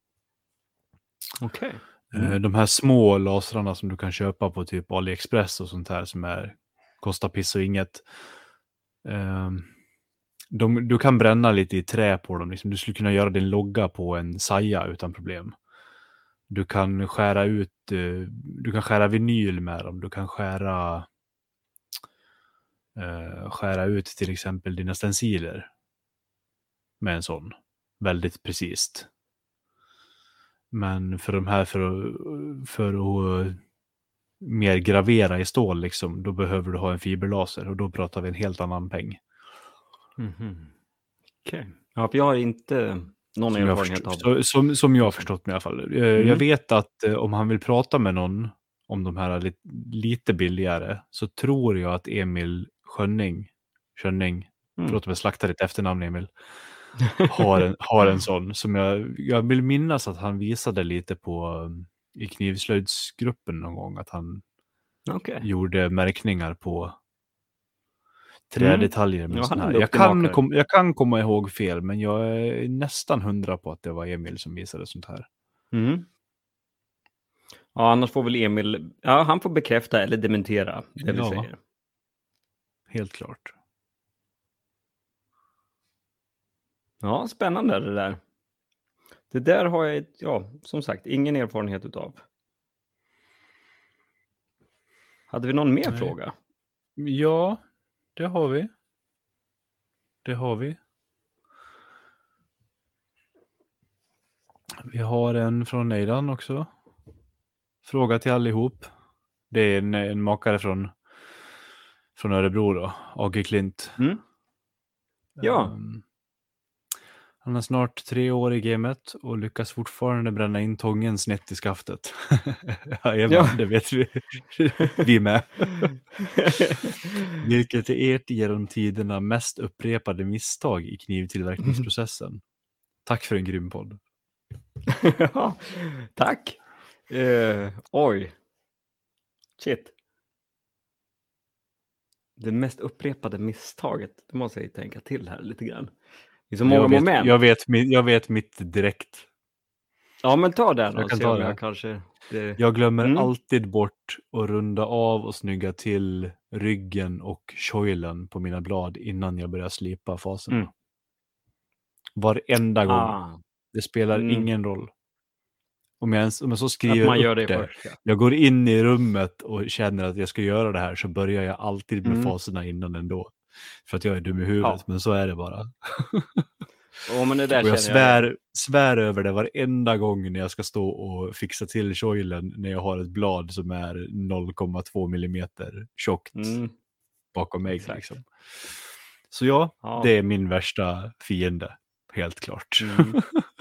Okej.
Okay. Mm. De här små lasrarna som du kan köpa på typ AliExpress och sånt här som är kostar piss och inget. De, du kan bränna lite i trä på dem. Liksom. Du skulle kunna göra din logga på en saja utan problem. Du kan skära ut du kan skära vinyl med dem. Du kan skära uh, skära ut till exempel dina stenciler med en sån. Väldigt precis. Men för de här för att, för att mer gravera i stål liksom, då behöver du ha en fiberlaser och då pratar vi en helt annan peng.
Mm-hmm. Okej. Okay. Ja, för jag har inte någon
som
erfarenhet
förstått,
av det.
så, som, som jag har förstått mig i alla fall. Mm. Jag vet att eh, om han vill prata med någon om de här li- lite billigare så tror jag att Emil Schönning Schönning, mm. förlåt om jag slaktar ditt efternamn Emil, har en, har en sån som jag, jag vill minnas att han visade lite på i knivslöjdsgruppen någon gång att han okay. gjorde märkningar på trädetaljer. Mm. Med ja, här. Jag, kan kom, jag kan komma ihåg fel, men jag är nästan hundra på att det var Emil som visade sånt här.
Mm. Ja, annars får väl Emil, ja, han får bekräfta eller dementera det vi ja, säger.
Helt klart.
Ja, spännande det där. Det där har jag, ja, som sagt, ingen erfarenhet utav. Hade vi någon mer Nej. fråga?
Ja, det har vi. Det har vi. Vi har en från Nejdan också. Fråga till allihop. Det är en, en makare från, från Örebro då. A G Klint.
Mm. Ja.
Um, Han har snart tre år i gamet och lyckas fortfarande bränna in tången snett i skaftet. ja, ja. Det vet vi. vi med. Vilket är ert genom tiderna mest upprepade misstag i knivtillverkningsprocessen. Tack för en grym podd.
ja, tack. Uh, oj. Shit. Det mest upprepade misstaget, det måste jag tänka till här lite grann. Det är så många
jag vet,
moment.
Jag vet, jag vet mitt direkt.
Ja, men ta den.
Jag, kan ta
jag, kanske, det...
jag glömmer
mm.
alltid bort att runda av och snygga till ryggen och köjlen på mina blad innan jag börjar slipa fasen. Mm. Varenda gång. Ah. Det spelar mm. ingen roll. Om jag, ens, om jag så skriver
man gör
upp
det,
det,
först, ja.
jag går in i rummet och känner att jag ska göra det här, så börjar jag alltid med mm. faserna innan ändå. För att jag är dum i huvudet, ja. Men så är det bara.
Oh, men det där
och jag svär, jag svär över det varenda gång när jag ska stå och fixa till köjlen när jag har ett blad som är noll komma två millimeter tjockt mm. bakom mig. Liksom. Så ja, ja, det är min värsta fiende, helt klart. Mm.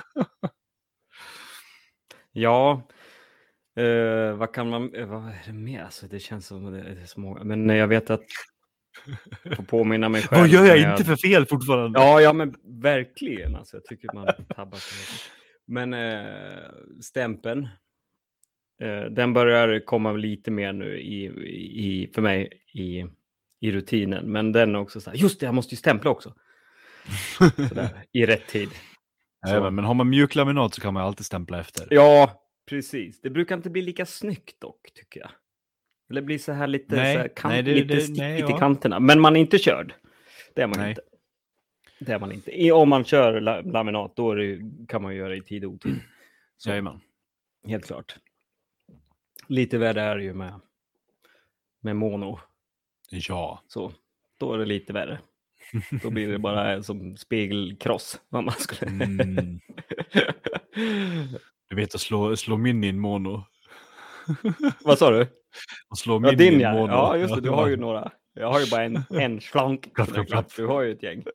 ja, eh, vad kan man, vad är det mer? Alltså, det känns som det är så många, men jag vet att får påminna mig själv.
Vad gör jag inte för fel fortfarande?
Ja, ja, men verkligen. Alltså, jag tycker man tabbar sig. Men eh, stämpeln, eh, den börjar komma lite mer nu i, i, för mig i, i rutinen. Men den är också så här, just det, jag måste ju stämpla också. Sådär, i rätt tid.
Även, men har man mjuklaminat så kan man alltid stämpla efter.
Ja, precis. Det brukar inte bli lika snyggt dock, tycker jag. Eller blir så här lite,
Nej,
så här kant,
nej, det-
lite
det-
stickigt
nej,
i
ja.
kanterna. Men man är inte körd. Det är man
Nej.
inte. Det är man inte. I- Om man kör la, laminat, då är det, kan man ju göra i tid och otid. Så,
Jajamän.
helt klart. Lite värre är det ju med, med mono.
Ja.
Så då är det lite värre. Då blir det bara som spegelkross. Vad man skulle...
Mm. Du vet att slå, slå min i en mono.
Vad sa du?
Att slå
Ja,
min i
din
en
ja.
mono.
Ja, just det. Du har ju några. Jag har ju bara en, en slank.
Klapp, klapp, klapp.
Du har ju ett gäng.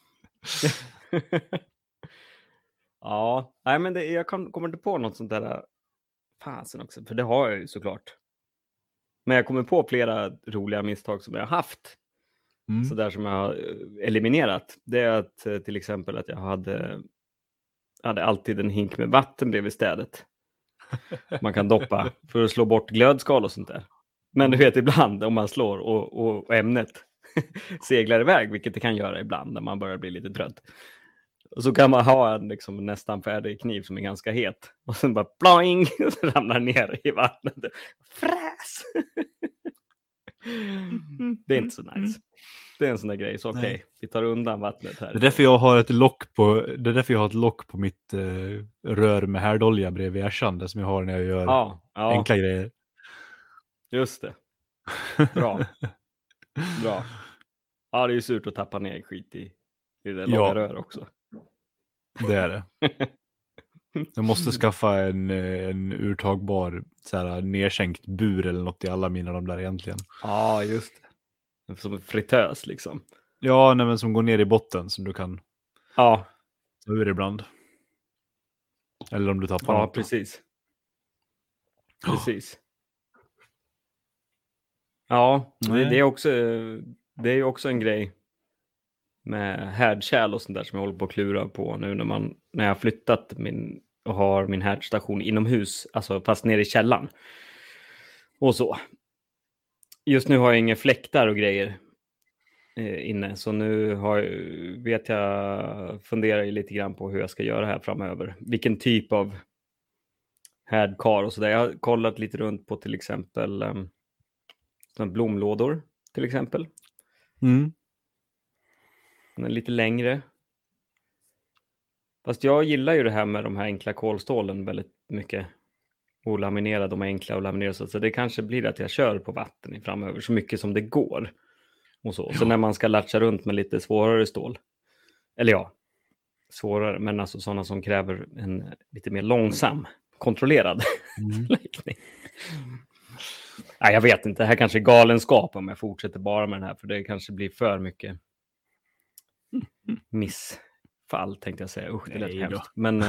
Ja, nej men det, jag kan, kommer inte på något sånt där fasen också. För det har jag ju såklart. Men jag kommer på flera roliga misstag som jag har haft.
Mm.
Så där som jag har eh, eliminerat. Det är att eh, till exempel att jag hade, hade alltid en hink med vatten bredvid städet. Man kan doppa för att slå bort glödskal och sånt där. Men du vet ibland om man slår och, och, och ämnet seglar iväg, vilket det kan göra ibland när man börjar bli lite trött. Och så kan man ha en liksom, nästan färdig kniv som är ganska het. Och sen bara ploing, och så ramlar den ner i vattnet. Fräs! Det är inte så nice. Det är en sån där grej, så okej, okay, vi tar undan vattnet här.
Det är därför jag har ett lock på, det är därför jag har ett lock på mitt eh, rör med härdolja bredvid ersan, det som jag har när jag gör
ja, ja,
enkla grejer.
Just det. Bra. Bra. Ja, det är ju surt att tappa ner skit i, i det långa
Ja.
rör också.
Det är det. Jag måste skaffa en, en urtagbar så här, nedsänkt bur eller något i alla mina de där egentligen.
Ja, just det. Som en fritös liksom.
Ja, nej, men som går ner i botten som du kan
Ja,
ta ur ibland. Eller om du tappar
ja
något.
precis. Precis. Ja, det,
Nej.
det är också det är ju också en grej med härdkärl och sånt där som jag håller på att klura på nu när man när jag har flyttat min och har min härdstation inomhus, alltså fast nere i källaren. Och så. Just nu har jag inga fläktar och grejer eh, inne, så nu har jag, vet jag funderar ju lite grann på hur jag ska göra här framöver. Vilken typ av härdkar och så där. Jag har kollat lite runt på till exempel um, blomlådor till exempel.
Mm.
Den är lite längre. Fast jag gillar ju det här med de här enkla kolstålen väldigt mycket. Och laminera de enkla och laminera så. Så det kanske blir att jag kör på vatten i framöver så mycket som det går. Och så. Ja. Så när man ska latcha runt med lite svårare stål. Eller ja, svårare. Men alltså sådana som kräver en lite mer långsam, kontrollerad
Mm.
läggning. Nej, jag vet inte. Det här kanske är galenskap om jag fortsätter bara med den här. För det kanske blir för mycket missfall tänkte jag säga. Usch, det lät
Nej
hemskt.
då.
Men...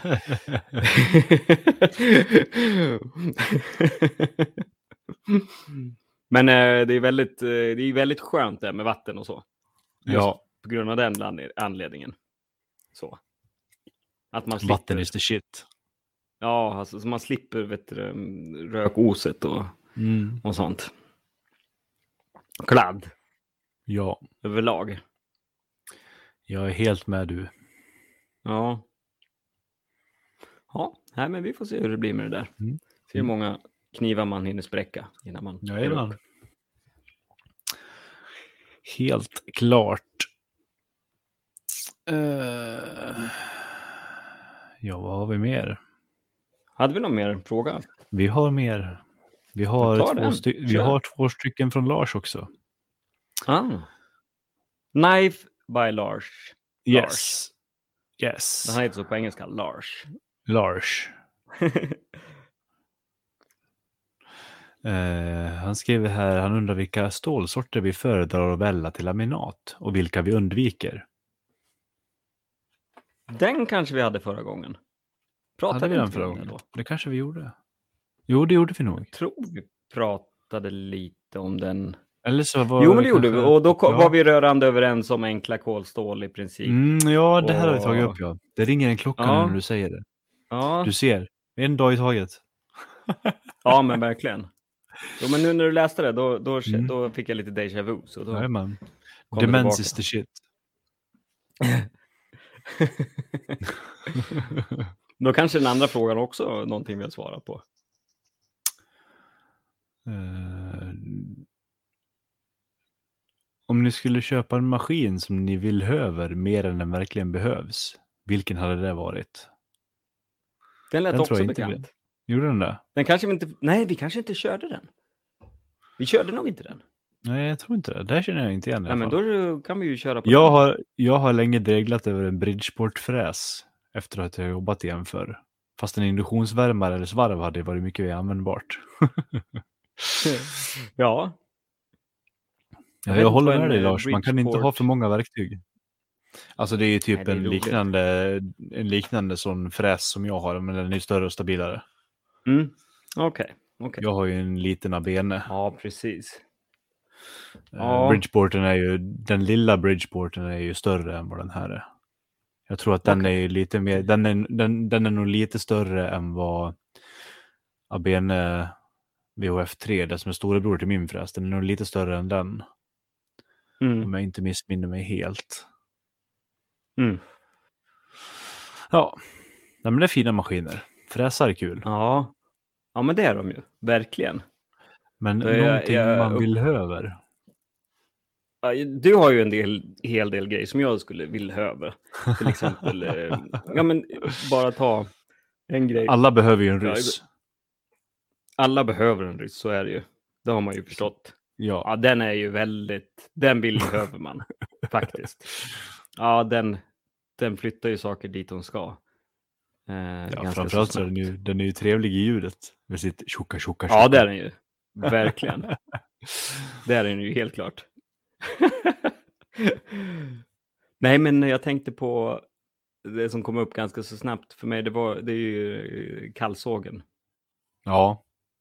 Men eh, det är väldigt eh, det är väldigt skönt där med vatten och så. Just
Ja.
på grund av den anled- anledningen. Så. Att man slipper...
Vatten is the shit.
Ja, alltså så man slipper vet du, rökoset och,
Mm.
och sånt. Kladd
Ja,
överlag.
jag är helt med du.
Ja. Ja, nej, men vi får se hur det blir med det där.
Mm.
Se hur många knivar man hinner spräcka innan man...
Jajamän. Helt klart. Uh, ja, vad har vi mer?
Hade vi någon mer fråga?
Vi har mer. Vi
Ta
har, två,
den.
sty- vi
Kör.
har två stycken från Lars också.
Ah. Knife by Lars.
Yes. Yes.
Han heter så på engelska, Lars.
Lars. Eh, han skriver här, han undrar vilka stålsorter vi föredrar att välja till laminat och vilka vi undviker.
Den kanske vi hade förra gången. Pratade
Hade vi
vi
den
inte
förra
om det
gången?
då?
Det kanske vi gjorde. Jo, det gjorde vi nog.
Jag tror vi pratade lite om den.
Eller så var
Jo, men det gjorde vi.
kanske-
Och då ko-
Ja.
var vi rörande överens om enkla kolstål i princip.
Mm, ja, det här har vi
Och-
tagit upp, ja. Det ringer en klocka
Ja.
nu när du säger det.
Ja.
Du ser, en dag i taget.
Ja, men verkligen. Jo, men nu när du läste det, då, då,
Mm.
då fick jag lite déjà vu. Så då
Jajamän.
kom det
Demens
tillbaka.
is the shit.
Då kanske den andra frågan också någonting vi har svarat på.
Uh, om ni skulle köpa en maskin som ni vill över mer än den verkligen behövs, vilken hade det varit?
Den lät
Den tror
också
jag inte
bekant.
Gjorde den det?
Den kanske vi inte... Nej, vi kanske inte körde den. Vi körde nog inte den.
Nej, jag tror inte det. Där känner jag inte igen.
Nej, men då kan vi ju köra på
jag
den.
har, jag har länge dreglat över en Bridgeport-fräs efter att jag jobbat igen för. Fast en induktionsvärmare eller svarv hade varit mycket mer användbart.
Ja.
Ja,
vet
jag
inte
håller
vad
med
en,
dig
eh,
Lars, man kan inte ha
Bridgeport-
för många verktyg. Alltså det är ju typ
Nej, det är
en,
roligt.
liknande, en liknande sån fräs som jag har, men den är ju större och stabilare.
Mm. Okej. okej.
Jag har ju en liten Abene.
Ja, precis.
Eh,
Ja.
Bridgeporten är ju, den lilla Bridgeporten är ju större än vad den här är. Jag tror att den
Okej.
är ju lite mer, den är, den, den är nog lite större än vad Abene V H F tre, det som är storebror till min fräs, den är nog lite större än den.
Mm.
Om jag inte missminner mig helt.
Mm.
Ja, nej, men det är fina maskiner. Fräsar är kul.
Ja. Ja, men det är de ju. Verkligen.
Men
Det är-
någonting
jag-
man vill över.
Ja, du har ju en del, hel del grejer som jag skulle vilja över. Till exempel, eh, ja men bara ta en grej.
Alla behöver ju en
Ja,
ryss.
Alla behöver en ryss, så är det ju. Det har man ju förstått.
Ja,
Ja, den är ju väldigt, den vill behöver man faktiskt. Ja, den, den flyttar ju saker dit de ska. Eh,
ja
ganska
framförallt så är
snabbt.
den ju, den är ju trevlig i ljudet. Med sitt tjocka tjocka
Ja, det är den ju. Verkligen. Det är den ju helt klart. Nej, men jag tänkte på det som kom upp ganska så snabbt för mig. Det, var, det är ju kallsågen.
Ja.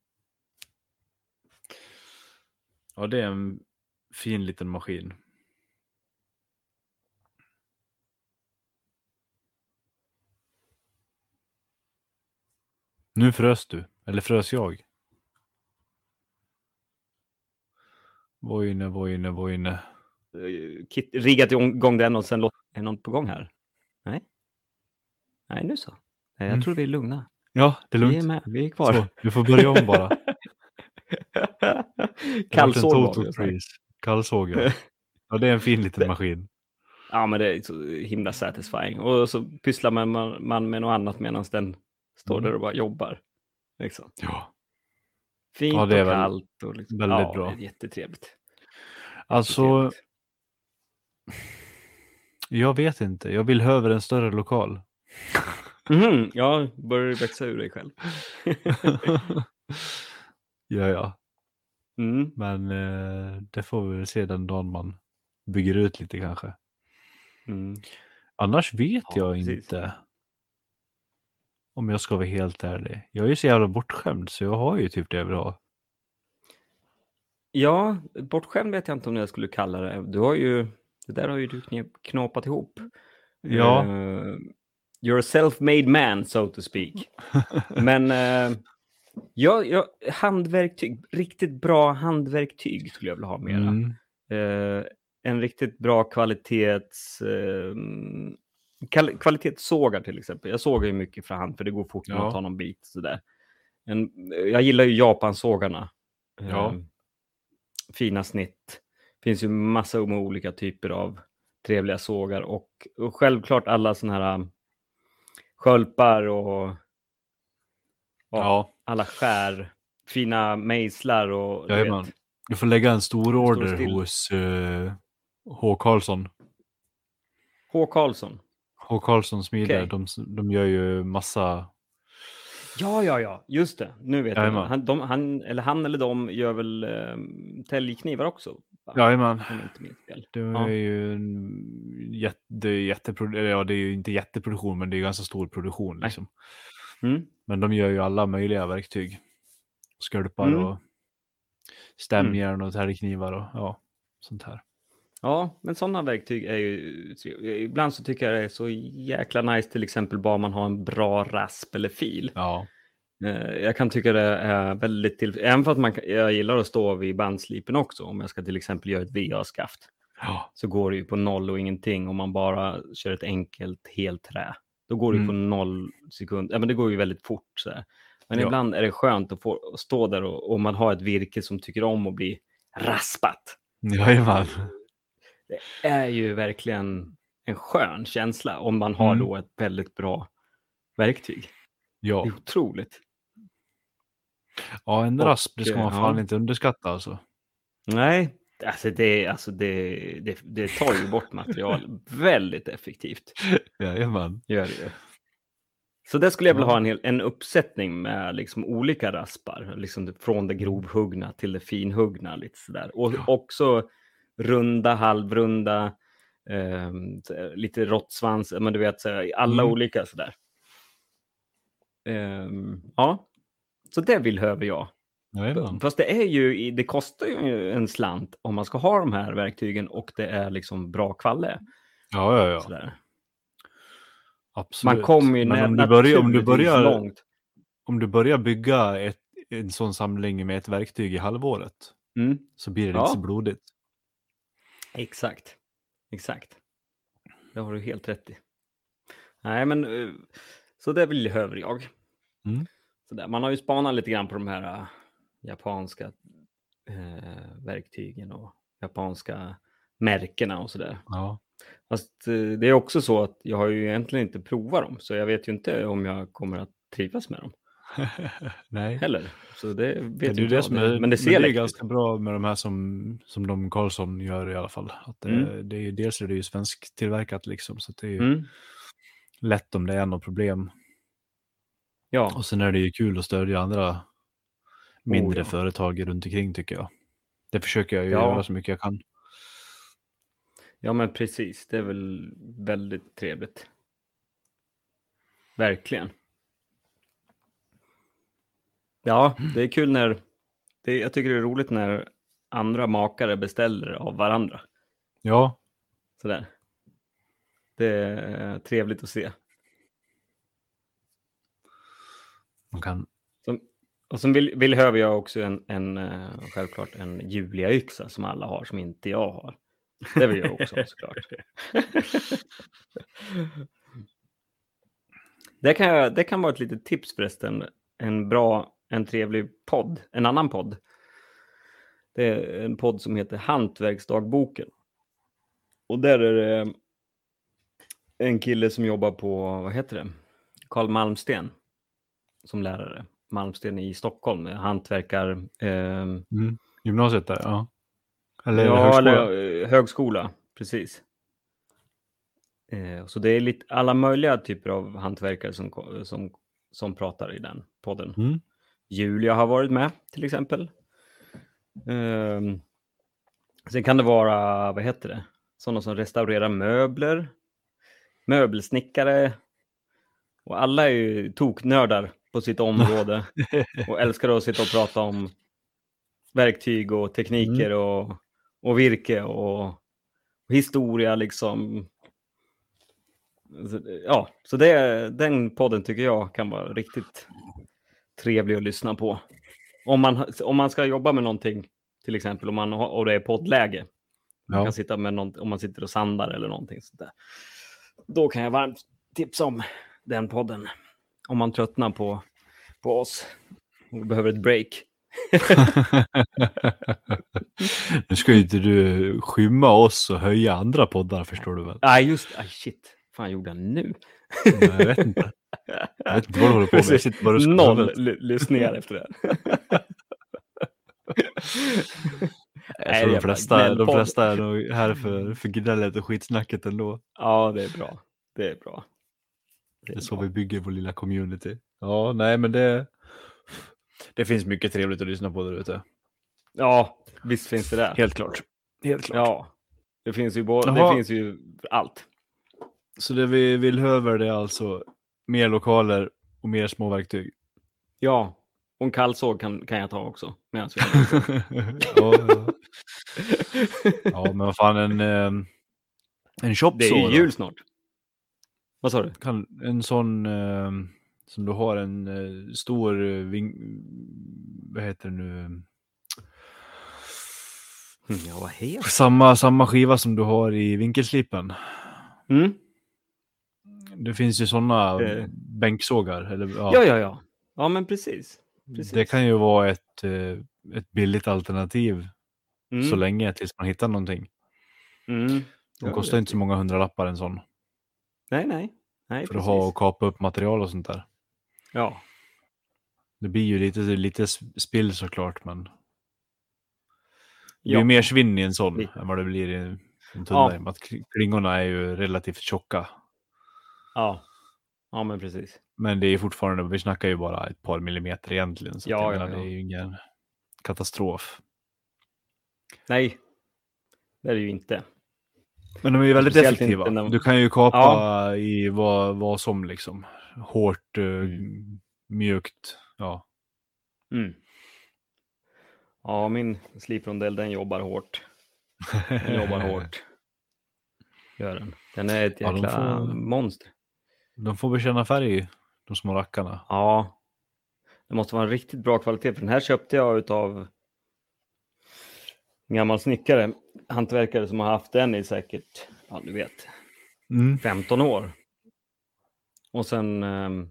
Ja, det är en fin liten maskin. Nu frös du. Eller frös jag? Vojne, vojne, vojne.
Eh, Kit, riggat igång den och sen låt, är något på gång här? Nej. Nej, nu så. Nej, jag
Mm.
tror vi är lugna.
Ja, det är
Vi är
lugnt.
med, vi är kvar.
Så, du får börja om bara.
Kallsåg var
Total
det.
freeze. Kallsåg, ja. Ja, det är en fin liten maskin.
Ja, men det är så himla satisfying. Och så pysslar man, man, man med något annat medan den står
Mm.
där och bara jobbar. Liksom.
Ja.
Fint
Ja, det är
och
väl
kallt. Och liksom.
väldigt
ja,
bra.
det är jättetrevligt.
Alltså,
Jättetrevligt.
jag vet inte. Jag vill över en större lokal.
Mhm, ja, börjar du växa ur dig själv.
Ja, ja.
Mm.
Men eh, det får vi väl se den dagen man bygger ut lite kanske.
Mm.
Annars vet
Ja,
jag
precis.
inte. Om jag ska vara helt ärlig. Jag är ju så jävla bortskämd så jag har ju typ det jag vill ha.
Ja, bortskämd vet jag inte om jag skulle kalla det. Du har ju, det där har ju du knep, knåpat ihop.
Ja.
Uh, you're a self-made man, so to speak. Men uh, ja, ja, handverktyg, riktigt bra handverktyg skulle jag vilja ha mera.
Mm.
Uh, en riktigt bra kvalitets... Uh, kal- kvalitetssågar till exempel. Jag sågar ju mycket för hand för det går fort när
Ja.
man tar någon bit. Sådär. En, jag gillar ju Japansågarna.
Ja.
Uh, fina snitt. Finns ju massa med olika typer av trevliga sågar. Och, och självklart alla såna här um, skölpar och ja,
Ja,
alla skär. Fina mejslar och du
jajamän.
vet.
Du får lägga en stor
Står
order
still.
hos uh, H. Karlsson.
H. Karlsson.
H. Karlsson smider.
Okej.
De, de gör ju massa...
Ja, ja, ja. Just det. Nu vet
Jajamän.
jag. Han, de, han, eller han eller de gör väl um, täljknivar också? va?
Jajamän.
Om jag inte minns fel.
Det är
Ja.
ju en jätte, jätteproduktion. Ja, det är ju inte jätteproduktion, men det är ganska stor produktion liksom.
Mm.
Men de gör ju alla möjliga verktyg. Skulpar
Mm.
och stämjärn och täljknivar och ja, sånt här.
Ja, men sådana verktyg är ju... Ibland så tycker jag det är så jäkla nice, till exempel bara man har en bra rasp eller fil.
Ja,
Eh, Jag kan tycka det är väldigt till... Även för att man, kan- jag gillar att stå vid bandslipen också, om jag ska till exempel göra ett V A-skaft.
Ja.
så går det ju på noll och ingenting om man bara kör ett enkelt helt trä. Då går det
Mm.
på noll sekund. Ja, men det går ju väldigt fort. Så här. Men
Ja.
ibland är det skönt att få att stå där och, och man har ett virke som tycker om att bli raspat.
Jajamän.
Det är ju verkligen en skön känsla om man har
Mm.
då ett väldigt bra verktyg. Det
Ja.
är otroligt.
Ja, en
Och,
rasp, det ska man
ja.
fan inte underskatta alltså.
Nej, alltså det, alltså det, det, det tar ju bort material väldigt effektivt.
Jajamän.
Gör det ju. Så det skulle jag vilja
Ja.
ha en, hel, en uppsättning med liksom olika raspar. Liksom från det grovhuggna till det finhuggna. Lite sådär. Och
Ja.
också runda, halvrunda, eh, lite råttsvans. Men du vet, så här, alla
Mm.
olika sådär. Eh, ja, så det vill höver jag.
Jajamän.
Fast det är ju, det kostar ju en slant om man ska ha de här verktygen och det är liksom bra kvalle.
Ja, ja, ja.
Sådär.
Absolut.
Man kommer ju
Men
nä-
om du börjar, om du
naturligtvis
börjar,
långt.
om du börjar bygga ett, en sån samling med ett verktyg i halvåret
Mm.
så blir det
Ja.
inte så blodigt.
Exakt. Exakt. Det har du helt rätt i. Nej, men eh, så det vill höver jag.
Mm.
Så där. Man har ju spanat lite grann på de här uh, japanska uh, verktygen och japanska märkena och sådär.
Ja.
Fast uh, det är också så att jag har ju egentligen inte provat dem, så jag vet ju inte om jag kommer att trivas med dem
Nej.
heller. Så det vet
Det är
inte
ju det
jag.
som
Det-
är,
men det
men
ser
det är
läckert
ganska
ut.
bra med de här som, som de Karlsson gör i alla fall. Att det,
Mm.
det är ju, dels är det ju svensk tillverkat liksom, så att det är ju
Mm.
lätt om det är något problem.
Ja.
Och sen är det ju kul att stödja andra mindre
Oh, ja.
företag runt omkring tycker jag. Det försöker jag ju
Ja.
göra så mycket jag kan.
Ja, men precis. Det är väl väldigt trevligt. Verkligen. Ja, det är kul när... Det, jag tycker det är roligt när andra makare beställer av varandra.
Ja,
Sådär. Det är trevligt att se.
man kan.
Som, och sen vill, vill höver jag också en, en eh, självklart en Julia-yxa som alla har, som inte jag har. Det vill jag också ha, såklart. Det kan, jag, det kan vara ett litet tips förresten. En bra, en trevlig podd. En annan podd. Det är en podd som heter Hantverksdagboken. Och där är det en kille som jobbar på, vad heter det? Carl Malmsten. Som lärare. Malmsten i Stockholm. Hantverkar... Eh,
Mm. Gymnasiet där, ja. Eller
ja,
högskola.
eller eh, högskola. Precis. Eh, så det är lite alla möjliga typer av hantverkare som, ko- som, som pratar i den podden.
Mm.
Julia har varit med till exempel. Ehm, sen kan det vara, vad heter det? Sådana som restaurerar möbler. Möbelsnickare. Och alla är ju toknördar på sitt område. Och älskar att sitta och prata om verktyg och tekniker
Mm.
och, och virke och, och historia liksom. Så, ja, så det, den podden tycker jag kan vara riktigt trevlig att lyssna på. Om man, om man ska jobba med någonting, till exempel om man har, och det är poddläge. Man
Ja.
kan sitta med någon, om man sitter och sandar eller någonting sånt där. Då kan jag varmt tipsa om den podden. Om man tröttnar på, på oss och behöver ett break.
Nu ska ju inte du skymma oss och höja andra poddar, förstår du väl?
Nej, just aj shit. Fan gjorde jag nu?
Nej, jag vet inte. Jag vet inte vad du håller på med. Jag sitter bara och skruvar
Noll
huvudet.
l- lyssningar efter det.
Jag tror de flesta, de flesta är nog här för, för gnället och skitsnacket ändå.
Ja, det är bra. Det är bra.
Det är så vi bygger vår lilla community. Ja, nej men det... Det finns mycket trevligt att lyssna på där ute.
Ja, visst finns det där.
Helt klart. Helt klart.
Ja, det finns ju, både,
Jaha.
det finns ju allt.
Så det vi vill över det är alltså mer lokaler och mer små verktyg.
Ja, och en kallsåg kan, kan jag ta också. Medan vi
ja, ja. ja, men vad fan en, eh, en shop
det är ju jul snart. Vad sa du?
Kan, en sån eh, som du har en eh, stor eh, ving, vad heter det nu?
Ja, vad heter
Samma, samma skiva som du har i vinkelslipen.
mm.
Det finns ju sådana
Eh.
bänksågar. Eller, ja.
Ja, ja, ja. Ja, men precis. precis.
Det kan ju vara ett, eh, ett billigt alternativ
mm.
så länge tills man hittar någonting.
Mm.
De
Ja,
kostar inte så många hundralappar en sån.
Nej, nej. nej
För
precis.
att ha och kapa upp material och sånt där.
Ja.
Det blir ju lite, lite spill såklart, men det blir
Ja.
ju mer svinn i en sån
Lite.
än vad det blir i en tunna.
Ja.
Att klingorna är ju relativt tjocka.
Ja. Ja, men precis.
Men det är fortfarande, vi snackar ju bara ett par millimeter egentligen. Så
Ja,
att jag
ja,
menar,
ja.
det är ju ingen katastrof.
Nej, det är det ju inte.
Men de är ju väldigt
Speciellt
effektiva.
inte när-
Du kan ju kapa
Ja.
i vad, vad som liksom. Hårt, eh,
Mm.
mjukt. Ja.
Mm. Ja, min sliprondell, den jobbar hårt. Den jobbar hårt. Gör den. Den är ett
Ja, de
jäkla
får-
monster.
De får bekänna färg, de små rackarna.
Ja. Det måste vara en riktigt bra kvalitet. För den här köpte jag utav en gammal snickare. Hantverkare som har haft den i säkert, ja du vet,
Mm.
femton år. Och sen ehm,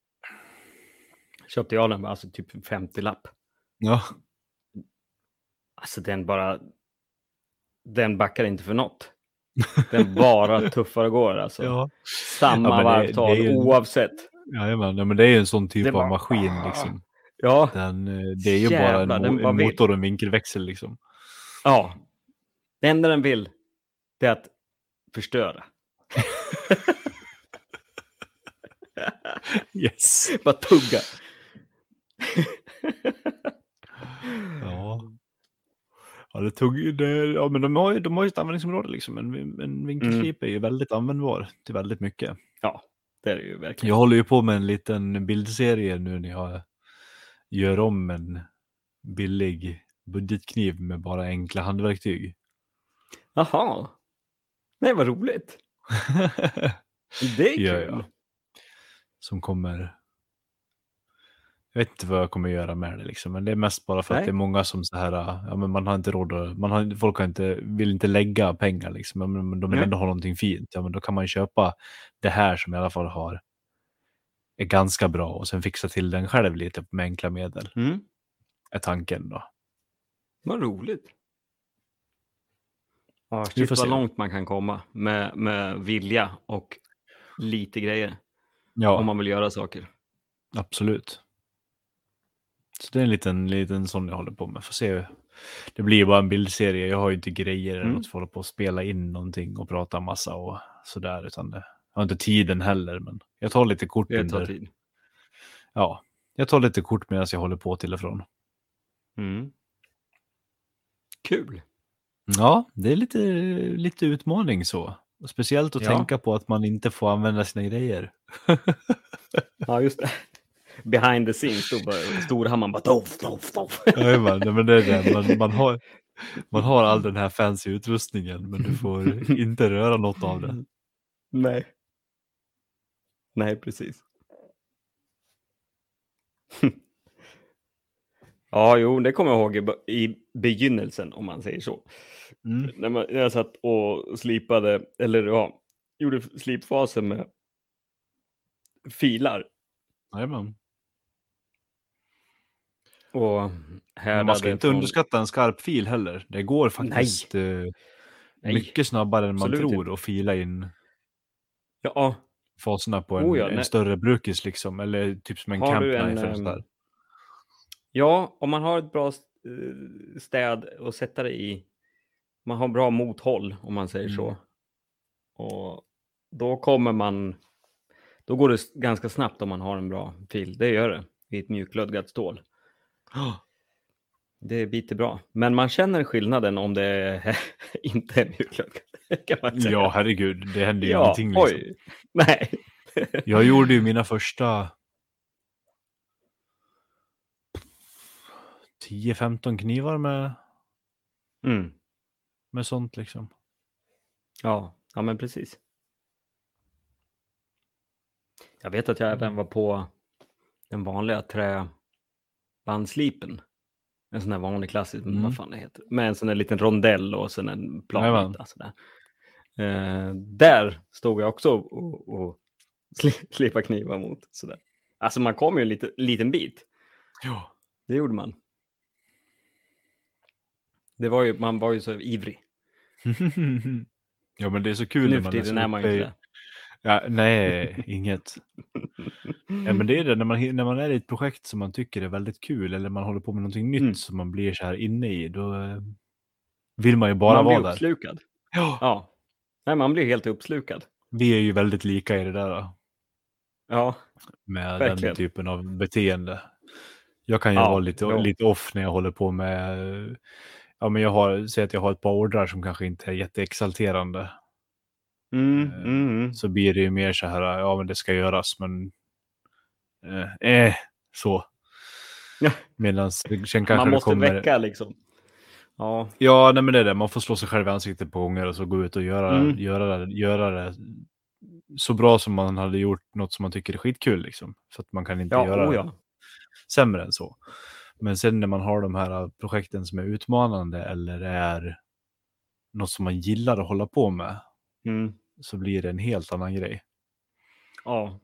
köpte jag den, alltså typ femtio lapp.
Ja.
Alltså den bara, den backar inte för något. Den bara tuffare går alltså.
Ja.
Samma
Ja, men det-
varvtal
det är ju-
oavsett.
Jajamän, ja, men det är ju en sån typ
Det
av
bara-
maskin liksom.
Ja,
Den, eh, det är ju bara
Jävlar,
en,
den
mo-
bara
en
vill.
motor och en vinkelväxel liksom.
ja. Det enda den vill, det är att förstöra.
Yes.
Bara tugga.
Ja. Ja, det tog, det, ja men de har ju, de har ju ett användningsområde liksom. En, en vinkelslip är ju väldigt användbar till väldigt mycket.
Ja, det är det ju verkligen.
Jag håller ju på med en liten bildserie nu när jag gör om en billig budgetkniv med bara enkla handverktyg.
Jaha. Nej, vad roligt. Det är
Gör
kul.
jag. Som kommer... Jag vet inte vad jag kommer göra med det liksom, men det är mest bara för
Nej.
att det är många som så här, ja men man har inte råd att, man har, folk har inte, vill inte lägga pengar liksom, men men de vill
Nej.
ändå ha någonting fint, ja men då kan man köpa det här som i alla fall har, är ganska bra och sen fixa till den själv lite med enkla medel,
Mm.
är tanken då.
Vad roligt. Ja,
Vi
shit
får
vad
se.
långt man kan komma med, med vilja och lite grejer.
Ja,
Om man vill göra saker.
absolut. Så det är en liten, liten sån jag håller på med. Får se. Det blir ju bara en bildserie. Jag har ju inte grejer eller
Mm.
något för att hålla på och spela in någonting och prata massa och sådär. Utan det, jag har inte tiden heller. Men jag tar lite kort
Det tar
under.
tid.
Ja, jag tar lite kort medan jag håller på till och från.
Mm. Kul.
Ja, det är lite, lite utmaning så. Och speciellt att
Ja.
tänka på att man inte får använda sina grejer.
Ja, just det. Behind the scenes då bara Storhammaren bara doff, doff, doff.
Jajamän, nej, men det är det. Man, man, har, man har all den här fancy utrustningen men du får inte röra något av det.
Nej. Nej, precis. Ja, jo, det kommer jag ihåg i, be- i begynnelsen om man säger så.
Mm.
När, man, när jag satt och slipade, eller ja, gjorde slipfasen med filar.
Jajamän.
Och
Men man ska inte
från...
underskatta en skarp fil heller. Det går faktiskt eh,
Nej.
mycket snabbare än man
Absolut
tror att fila in
Ja,
faserna på en,
Oh ja,
en
nej.
större brukis liksom. Eller typ som en
Har
camp
du en,
knife eller
ehm,
sådär.
ja, om man har ett bra eh, städ och sätta det i, man har bra mothåll om man säger
Mm.
så. Och då kommer man, då går det s- ganska snabbt om man har en bra fil. Det gör det i ett mjuklödgat stål. Det biter bra. Men man känner skillnaden om det är inte är mjuklödgat. Kan man säga.
Ja, herregud. Det händer ju
ja,
ingenting liksom.
oj. Nej.
Jag gjorde ju mina första tio femton knivar med,
Mm.
med sånt liksom.
Ja, ja, men precis. Jag vet att jag även var på den vanliga träbandslipen. En sån här vanlig klassisk,
Mm.
vad fan det heter. Med en sån där liten rondell och sen en
Jajamän.
planbit. Sådär. Eh, där stod jag också och, och sli- slipa knivar mot. Sådär. Alltså man kom ju en lite, liten bit.
Ja.
Det gjorde man. Det var ju, man var ju så ivrig.
Ja, men det är så kul
Nu
när
för
man
tiden är man ju
uppe
inte
i-
det.
Ja, nej, inget. Ja, men det är det, när man, när man är i ett projekt som man tycker är väldigt kul eller man håller på med någonting nytt
Mm.
som man blir så här inne i, då eh, vill man ju bara
Man
vara
blir
där.
uppslukad.
Ja.
Ja. Nej, man blir helt uppslukad.
Vi är ju väldigt lika i det där då,
Ja.
med
Verkligen.
den typen av beteende. Jag kan ju
Ja,
vara lite,
ja.
lite off när jag håller på med, ja men jag har, säg att jag har ett par ordrar som kanske inte är jätteexalterande.
Mm,
Eh,
mm, mm.
Så blir det ju mer så här, ja men det ska göras, men eh, eh så.
Ja.
Medan sen kanske
Man
det
måste
kommer...
väcka liksom. Ja.
Ja, nej men det är det. Man får slå sig själv i ansiktet på gånger och så gå ut och göra,
Mm.
göra, det, göra det så bra som man hade gjort något som man tycker är skitkul liksom. För att man kan inte
Ja,
göra
oh
det
ja.
sämre än så. Men sen när man har de här projekten som är utmanande eller är något som man gillar att hålla på med,
Mm.
så blir det en helt annan grej.
Ja.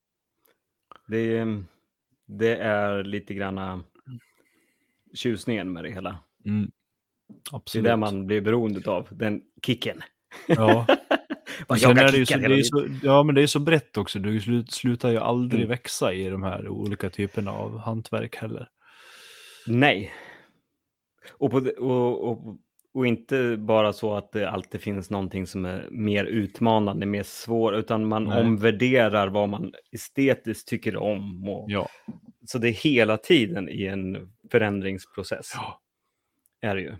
Det, är- det är lite granna tjusningen med det hela.
Mm.
Det är
Absolut.
där man blir beroende av, den kicken.
Ja.
Man
Och sen
jagar
är det ju så,
kickar
det
hela
är
tiden.
så, ja, men det är så brett också. Du slut, slutar ju aldrig
Mm.
växa i de här olika typerna av hantverk heller.
Nej. Och, på, det- och, och, och inte bara så att det alltid finns någonting som är mer utmanande, mer svår, utan man
Nej.
omvärderar vad man estetiskt tycker om. Och,
Ja.
Så det är hela tiden i en förändringsprocess.
Ja.
Är det ju.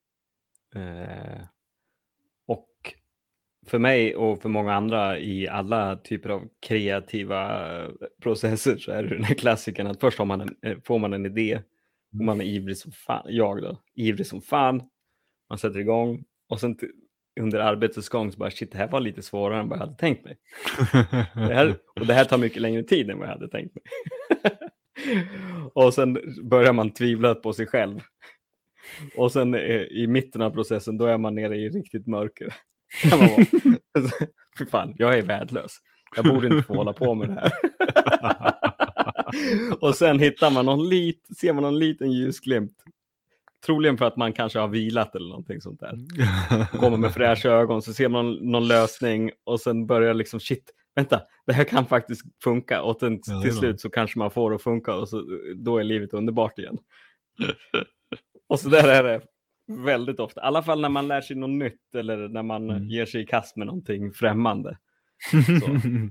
Eh, och för mig och för många andra i alla typer av kreativa eh, processer så är det den här klassiken att först har man en, eh, får man en idé och man är ivrig som fan, jag då, ivrig som fan. Man sätter igång och sen t- under arbetets gång så bara shit, det här var lite svårare än vad jag hade tänkt mig. Det här, och det här tar mycket längre tid än vad jag hade tänkt mig. Och sen börjar man tvivla på sig själv. Och sen eh, i mitten av processen då är man nere i riktigt mörker. Kan man vara. Fy fan, jag är värdelös. Jag borde inte få hålla på med det här. Och sen hittar man någon lit, ser man någon liten ljusglimt. Troligen för att man kanske har vilat eller någonting sånt där. Kommer med fräscha ögon så ser man någon, någon lösning och sen börjar liksom shit, vänta, det här kan faktiskt funka. Och sen,
Ja, det
till
är
slut så kanske man får det att funka och så, då är livet underbart igen. Och så där är det väldigt ofta. I alla fall när man lär sig något nytt eller när man
Mm.
ger sig i kast med någonting främmande. Så.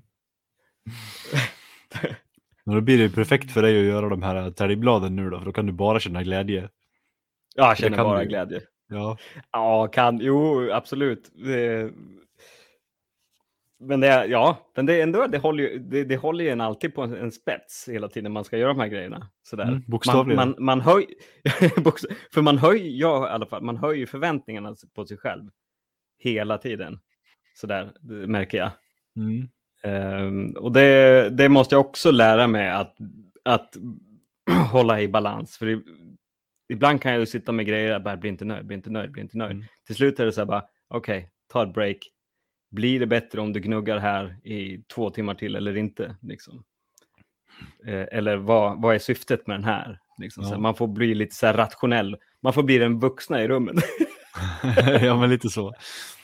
Men då blir det ju perfekt för dig att göra de här tärgbladen nu då, för då kan du bara känna glädje.
Ja, jag känner
kan
bara
du.
glädje.
Ja.
Ja, kan, jo, absolut. Det, men det, är- ja, men det, är ändå, det, håller ju, det, det håller ju en alltid på en, en spets hela tiden man ska göra de här grejerna. Sådär.
Mm,
man,
bokstavligen.
man, man höj, bokstav- för man höjer, ja, i alla fall, man höjer förväntningarna på sig själv hela tiden. Sådär, det märker jag.
Mm.
Ehm, och det, det måste jag också lära mig att, att hålla i balans. För i, ibland kan jag ju sitta med grejer och bara bli inte nöjd, bli inte nöjd, bli inte nöjd.
Mm.
Till slut är det så här bara, okej, okay, ta ett break. Blir det bättre om du gnuggar här i två timmar till eller inte? Liksom? Eh, eller vad, vad är syftet med den här? Liksom,
Ja.
så här, man får bli lite så här rationell. Man får bli den vuxna i rummet.
Ja, men lite så.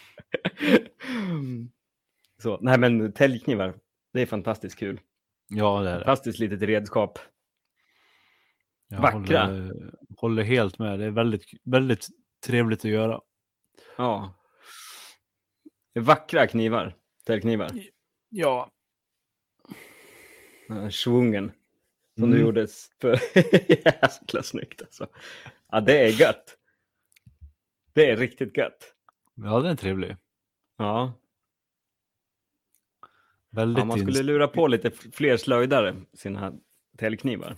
Så, nej men täljknivar, det är fantastiskt kul.
Ja, det är det.
Fantastiskt litet redskap.
Jag
Vackra.
Håller, håller helt med. Det är väldigt, väldigt trevligt att göra.
Ja. Det är vackra knivar, täljknivar.
Ja.
Den här svungen som
Mm.
du gjorde för jäkla snyggt alltså. Ja, det är gött. Det är riktigt gött.
Ja, den är trevlig.
Ja.
Väldigt
Ja, man skulle
ins-
lura på lite fler slöjdare sina täljknivar.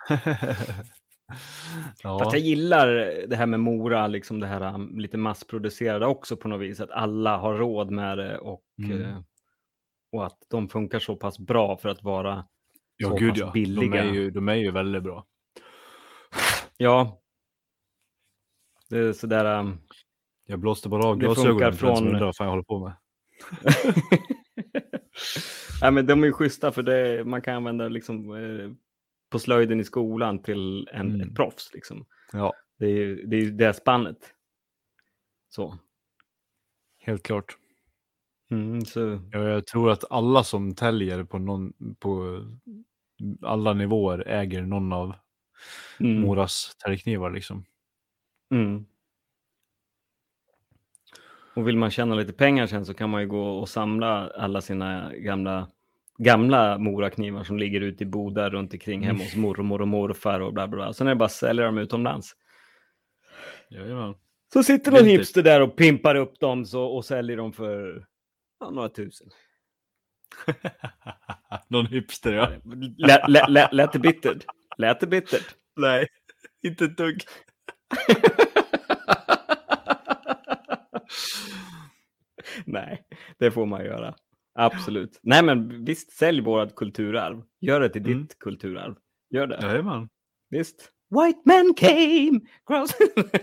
Ja.
Fast jag gillar det här med Mora, liksom det här um, lite massproducerade också på något vis. Att alla har råd med det och,
Mm.
eh, och att de funkar så pass bra för att vara
Ja,
så
gud
pass
ja.
billiga.
De är, ju, de är ju väldigt bra.
Ja, Det är sådär... Um,
Jag blåste bara av
det
glasögonen
funkar
för den som
från-
undrar vad fan jag håller på med.
Nej, men de är ju schyssta för det, man kan använda liksom eh, på slöjden i skolan till en,
Mm.
ett proffs. Liksom.
Ja,
Det är ju det, är ju det spannet. Så.
helt klart.
Mm, så.
Ja, jag tror att alla som täljer på, någon, på alla nivåer äger någon av
Mm,
Moras täljknivar liksom.
mm. Och vill man tjäna lite pengar sen så kan man ju gå och samla alla sina gamla gamla moraknivar som ligger ute i bodar runt omkring hemma hos mormor och morfar och bla bla bla. Sen är det bara att sälja dem utomlands.
Jajamän.
Så sitter någon
Vintage.
hipster där och pimpar upp dem så, och säljer dem för ja, några tusen.
Någon hipster, ja.
Lät, lät, lät, lät det bittert? Lät det bittert?
Nej, inte ett dugg.
Nej, det får man göra. Absolut. Nej, men visst, sälj vårat kulturarv. Gör det till
Mm.
ditt kulturarv. Gör det.
Jajamän.
Visst. White man came. Cross.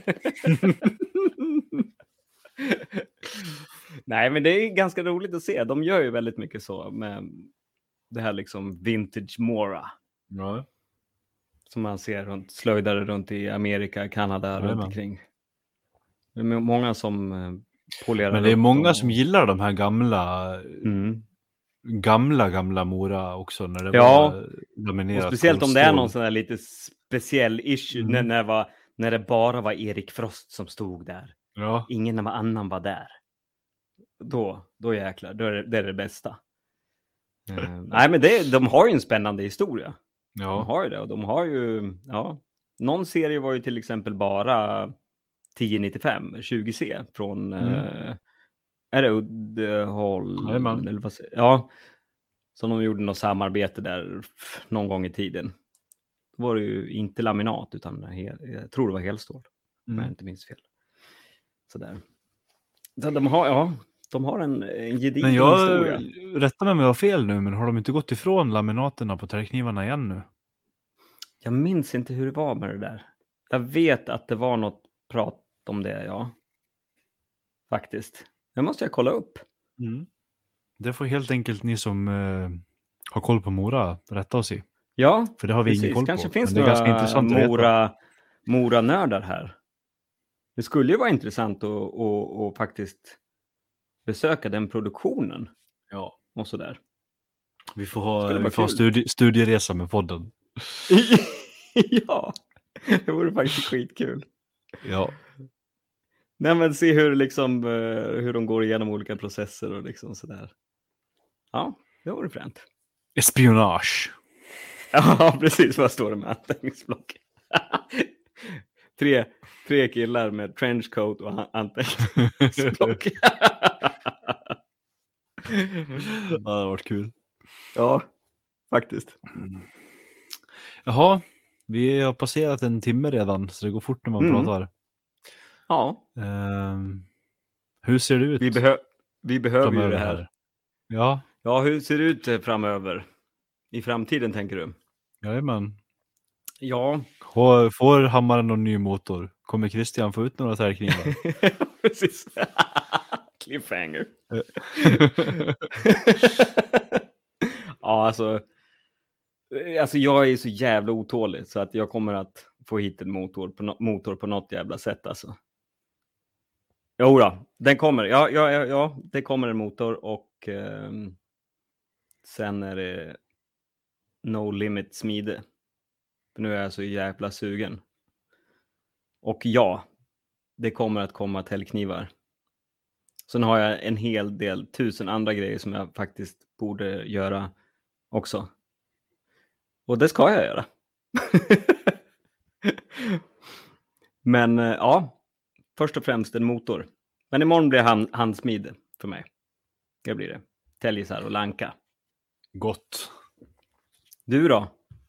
Nej, men det är ganska roligt att se. De gör ju väldigt mycket så med det här liksom vintage Mora.
Ja.
Som man ser runt, slöjdare runt i Amerika, Kanada,
Jajamän.
runt omkring. Det är många som eh, polerar
Men det är
upp
många
dem
som
och-
gillar de här gamla,
Mm.
gamla, gamla Mora också. När det
Ja.
var laminerat.
Och speciellt om det är
kolstål.
någon sån här lite speciell issue.
Mm.
När, när, det var, när det bara var Erik Frost som stod där.
Ja,
Ingen annan var där. Då, då jäklar, då är det, det är det bästa. Eh, nej, men det, de har ju en spännande historia. De
ja.
har ju det. Och de har ju, ja. Någon serie var ju till exempel bara tio nittiofem, tjugo C från,
Mm.
eh, är det Uddeholm?
Jajamän.
Eller vad säger, ja. Så de gjorde något samarbete där f- någon gång i tiden. Då var det ju inte laminat utan hel, jag tror det var helstål. Om jag
Mm.
inte minns fel. Sådär. Så de har, ja, de har en, en gedigen
Men jag
historia.
rättar mig om jag har fel nu, men har de inte gått ifrån laminaterna på träknivarna igen nu?
Jag minns inte hur det var med det där. Jag vet att det var något prat om det, ja. Faktiskt. Det måste jag kolla upp.
Mm. Det får helt enkelt ni som eh, har koll på Mora rätta oss i.
Ja,
För det har vi ingen
precis.
koll
Kanske
på.
finns
Men det är ganska
några
intressant att veta.
Mora, Mora-nördar här. Det skulle ju vara intressant att, att, att faktiskt besöka den produktionen
Ja.
och sådär.
Vi får
Skulle
ha,
vara
vi får ha
kul.
studie, studieresa med podden.
Ja, det vore faktiskt skitkul.
Ja.
Nej, men se hur, liksom, eh, hur de går igenom olika processer och liksom sådär. Ja, det vore fränt.
Espionage.
Ja, precis. Vad står det med anteckningsblock? tre, tre killar med trenchcoat och an- anteckningsblock.
Ja, det har varit kul.
Ja, faktiskt.
Jaha, vi har passerat en timme redan, så det går fort när man
Mm.
pratar.
Ja,
Ehm, hur ser det ut
vi, behö- vi behöver ju
framöver
det här.
Ja,
Ja, hur ser det ut eh, framöver? I framtiden, tänker du?
jajamän.
Ja,
Får, får hammaren någon ny motor? Kommer Christian få ut några tärknivar?
precis. Cliffhanger. Ja, alltså, alltså jag är så jävla otålig så att jag kommer att få hit en motor på, no- motor på något jävla sätt alltså. Jo då, den kommer. Ja, ja, ja, ja, det kommer en motor och ehm, sen är det no limit smide. För nu är jag så jävla sugen. Och ja, det kommer att komma täljknivar. Sen har jag en hel del tusen andra grejer som jag faktiskt borde göra också. Och det ska jag göra. Men eh, ja, först och främst en motor. Men imorgon blir hand, handsmide för mig. Det blir det. Täljesar och lanka.
Gott.
Du då?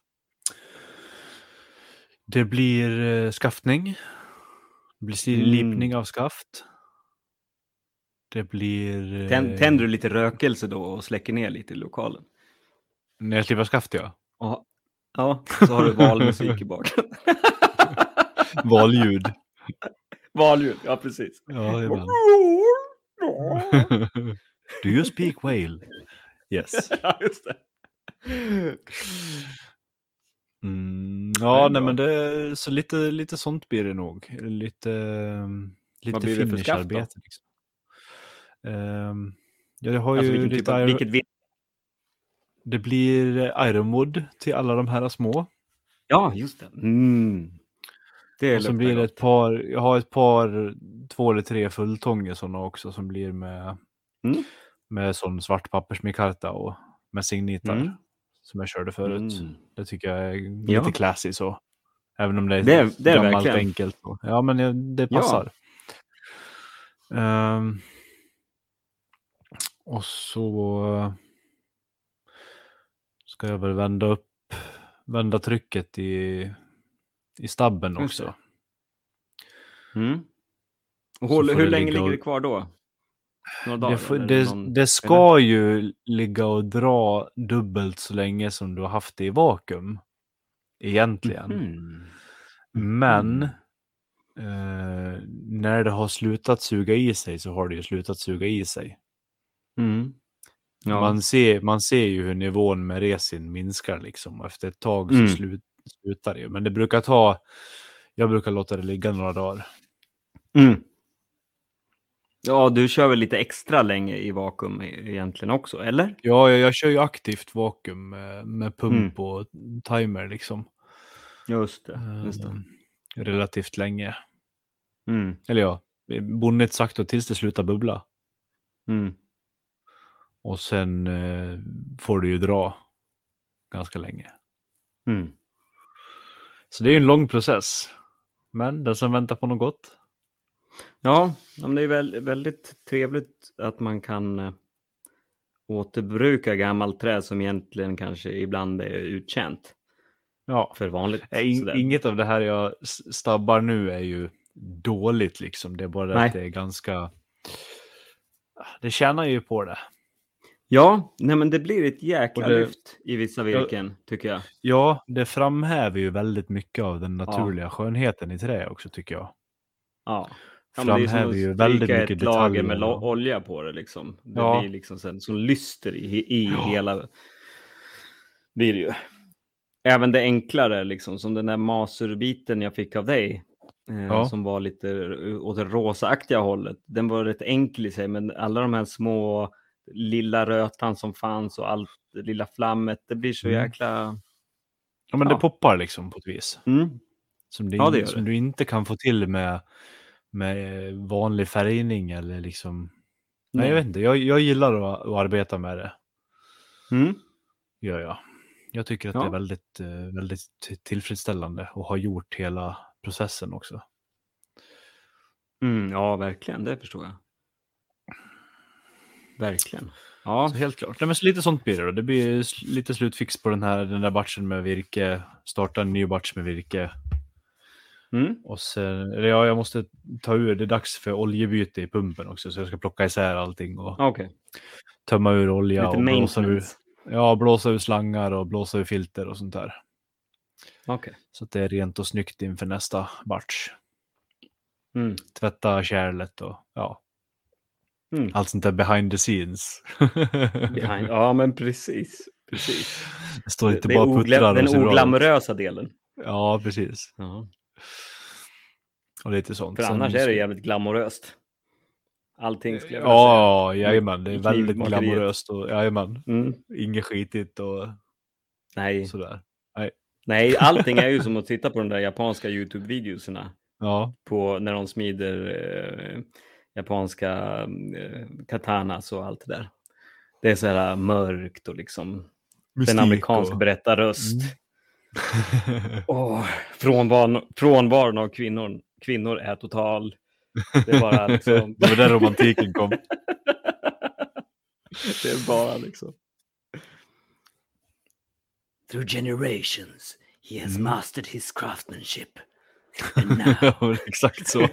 Det blir eh, skaftning. Det blir
Mm.
slipning av skaft. Det blir... eh,
Tänd, tänder du lite rökelse då och släcker ner lite i lokalen?
När jag slipar skaft, ja.
Och, ja, så har du valmusik i bakgrunden.
Valljud.
Valljud, ja precis.
Ja, jajamän. Do you speak whale? Yes.
Ja, just det.
Mm,
Det
ja,
är
nej
bra.
men det, så lite, lite sånt blir det nog. Lite, um, lite
blir det för skaft då?
finisharbete. Liksom. Um, ja, jag har
Alltså
ju
vilken typ
lite
av,
iron,
vilket vi...
det blir ironwood till alla de här små.
Ja, just det. Mm. Det
Och så
luktar
blir det
gott.
ett par, jag har ett par, två eller tre fulltånger sådana också som blir med,
Mm.
med sån svart pappersmikarta och med signitar
Mm.
som jag körde förut.
Mm.
Det tycker jag är
Ja.
lite classy så. Även om det är,
Det är- det är
gammalt
verkligen.
enkelt. Och, ja, men det, det
Ja.
passar. Ehm, och så ska jag väl vända upp, vända trycket i, i stabben
Just
också.
Mm. Och
Så
hur,
får
hur
det
länge
ligga
ligger
och-
det kvar då? Några dagar?
Det, får,
eller
det,
någon-
det ska ju ligga och dra dubbelt så länge som du har haft det i vakuum. Egentligen.
Mhm.
Men eh, när det har slutat suga i sig så har det ju slutat suga i sig.
Mm. Ja.
Man, ser, man ser ju hur nivån med resin minskar liksom. Och efter ett tag så
Mm.
slut, slutar det ju. Men det brukar ta, jag brukar låta det ligga några dagar.
Mm. Ja, du kör väl lite extra länge i vakuum e- egentligen också, eller?
Ja, jag, jag kör ju aktivt vakuum med, med pump
Mm.
och timer liksom.
Just det. Just det.
Eh, relativt länge.
Mm.
Eller ja, bonnet sagt då tills det slutar bubbla.
Mm.
Och sen eh, får du ju dra ganska länge.
Mm.
Så det är ju en lång process. Men den som väntar på något gott.
Ja, ja, men det är väl, väldigt trevligt att man kan eh, återbruka gammalt trä som egentligen kanske ibland är uttjänt
Ja.
för vanligt.
Nej, in,
sådär.
inget av det här jag s- stabbar nu är ju dåligt liksom. Det är bara
Nej.
att det är ganska... Det tjänar ju på det.
Ja, nej men det blir ett jäkla
Och det-
lyft i vissa virken, tycker jag.
Ja, det framhäver ju väldigt mycket av den naturliga skönheten i trä också tycker jag.
Ja. Ja, men det är som
Framhäver
att
ju väldigt
stryka
mycket
ett lager
detaljer.
med lo-
och-
olja på det liksom. Det
Ja.
blir liksom sen, som lyster i, i
Ja.
hela... Blir det ju. Även det enklare liksom, som den där masurbiten jag fick av dig. Eh,
Ja.
Som var lite åt det rosaaktiga hållet. Den var rätt enkel i sig, men alla de här små lilla rötan som fanns och allt det lilla flammet, det blir så
Mm.
jäkla...
Ja, men
Ja.
det poppar liksom på ett vis.
Mm.
Som, det,
Ja, det gör
som
det.
du inte kan få till med, med vanlig färgning eller liksom... Nej, jag vet inte. Jag, jag gillar att, att arbeta med det.
Mm.
Gör jag. Jag tycker att
Ja.
det är väldigt, eh, väldigt tillfredsställande och har gjort hela processen också.
Mm, ja, verkligen. Det förstår jag. Verkligen. Ja.
Så helt klart. Nej, men så lite sånt blir det då. Det blir s- lite slutfix på den här den där batchen med virke. Starta en ny batch med virke.
Mm.
Och sen, eller ja, jag måste ta ur, det är dags för oljebyte i pumpen också. Så jag ska plocka isär allting och
Okej.
tömma ur olja
Lite
och blåsa ur,
maintenance.
ja, blåsa ur slangar och blåsa ur filter och sånt där.
Okej.
Så att det är rent och snyggt inför nästa batch.
Mm.
Tvätta kärlet och ja,
Mm.
allt sånt där behind the scenes.
Behind. Ja, men precis. Precis.
Det står inte
Det
bara
är
och
ogla-
puttrar
den
och ser bra ut.
oglamorösa delen.
Ja, precis.
Ja.
Och lite sånt.
För
Sen
annars
så-
är det jävligt glamoröst. Allting skulle jag vilja säga.
Ja, jajamän. Det är
I
väldigt
knivmakeriet.
glamoröst och jajamän.
Mm.
Inget skitigt och
Nej.
sådär.
Nej, allting är ju som att titta på de där japanska YouTube-videoserna.
Ja,
På när de smider eh, japanska eh, katanas och allt det där. Det är så här mörkt och liksom
mystik
en amerikansk
och...
berättarröst.
Mm.
Åh, frånvaron, frånvaron av kvinnor, kvinnor är total. Det är bara liksom...
Det var där romantiken kom.
Det är bara liksom... Through generations he has
Mm.
mastered his craftsmanship. And now...
Ja, exakt så.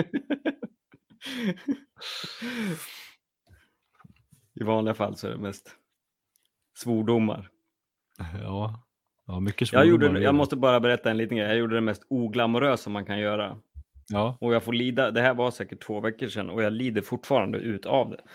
I vanliga fall så är det mest svordomar.
Ja, ja mycket
Jag,
svordomar
gjorde,
blir
jag
det.
måste bara berätta en liten grej. Jag gjorde det mest oglamorösa man kan göra.
Ja.
Och jag får lida, det här var säkert två veckor sedan och jag lider fortfarande ut av det.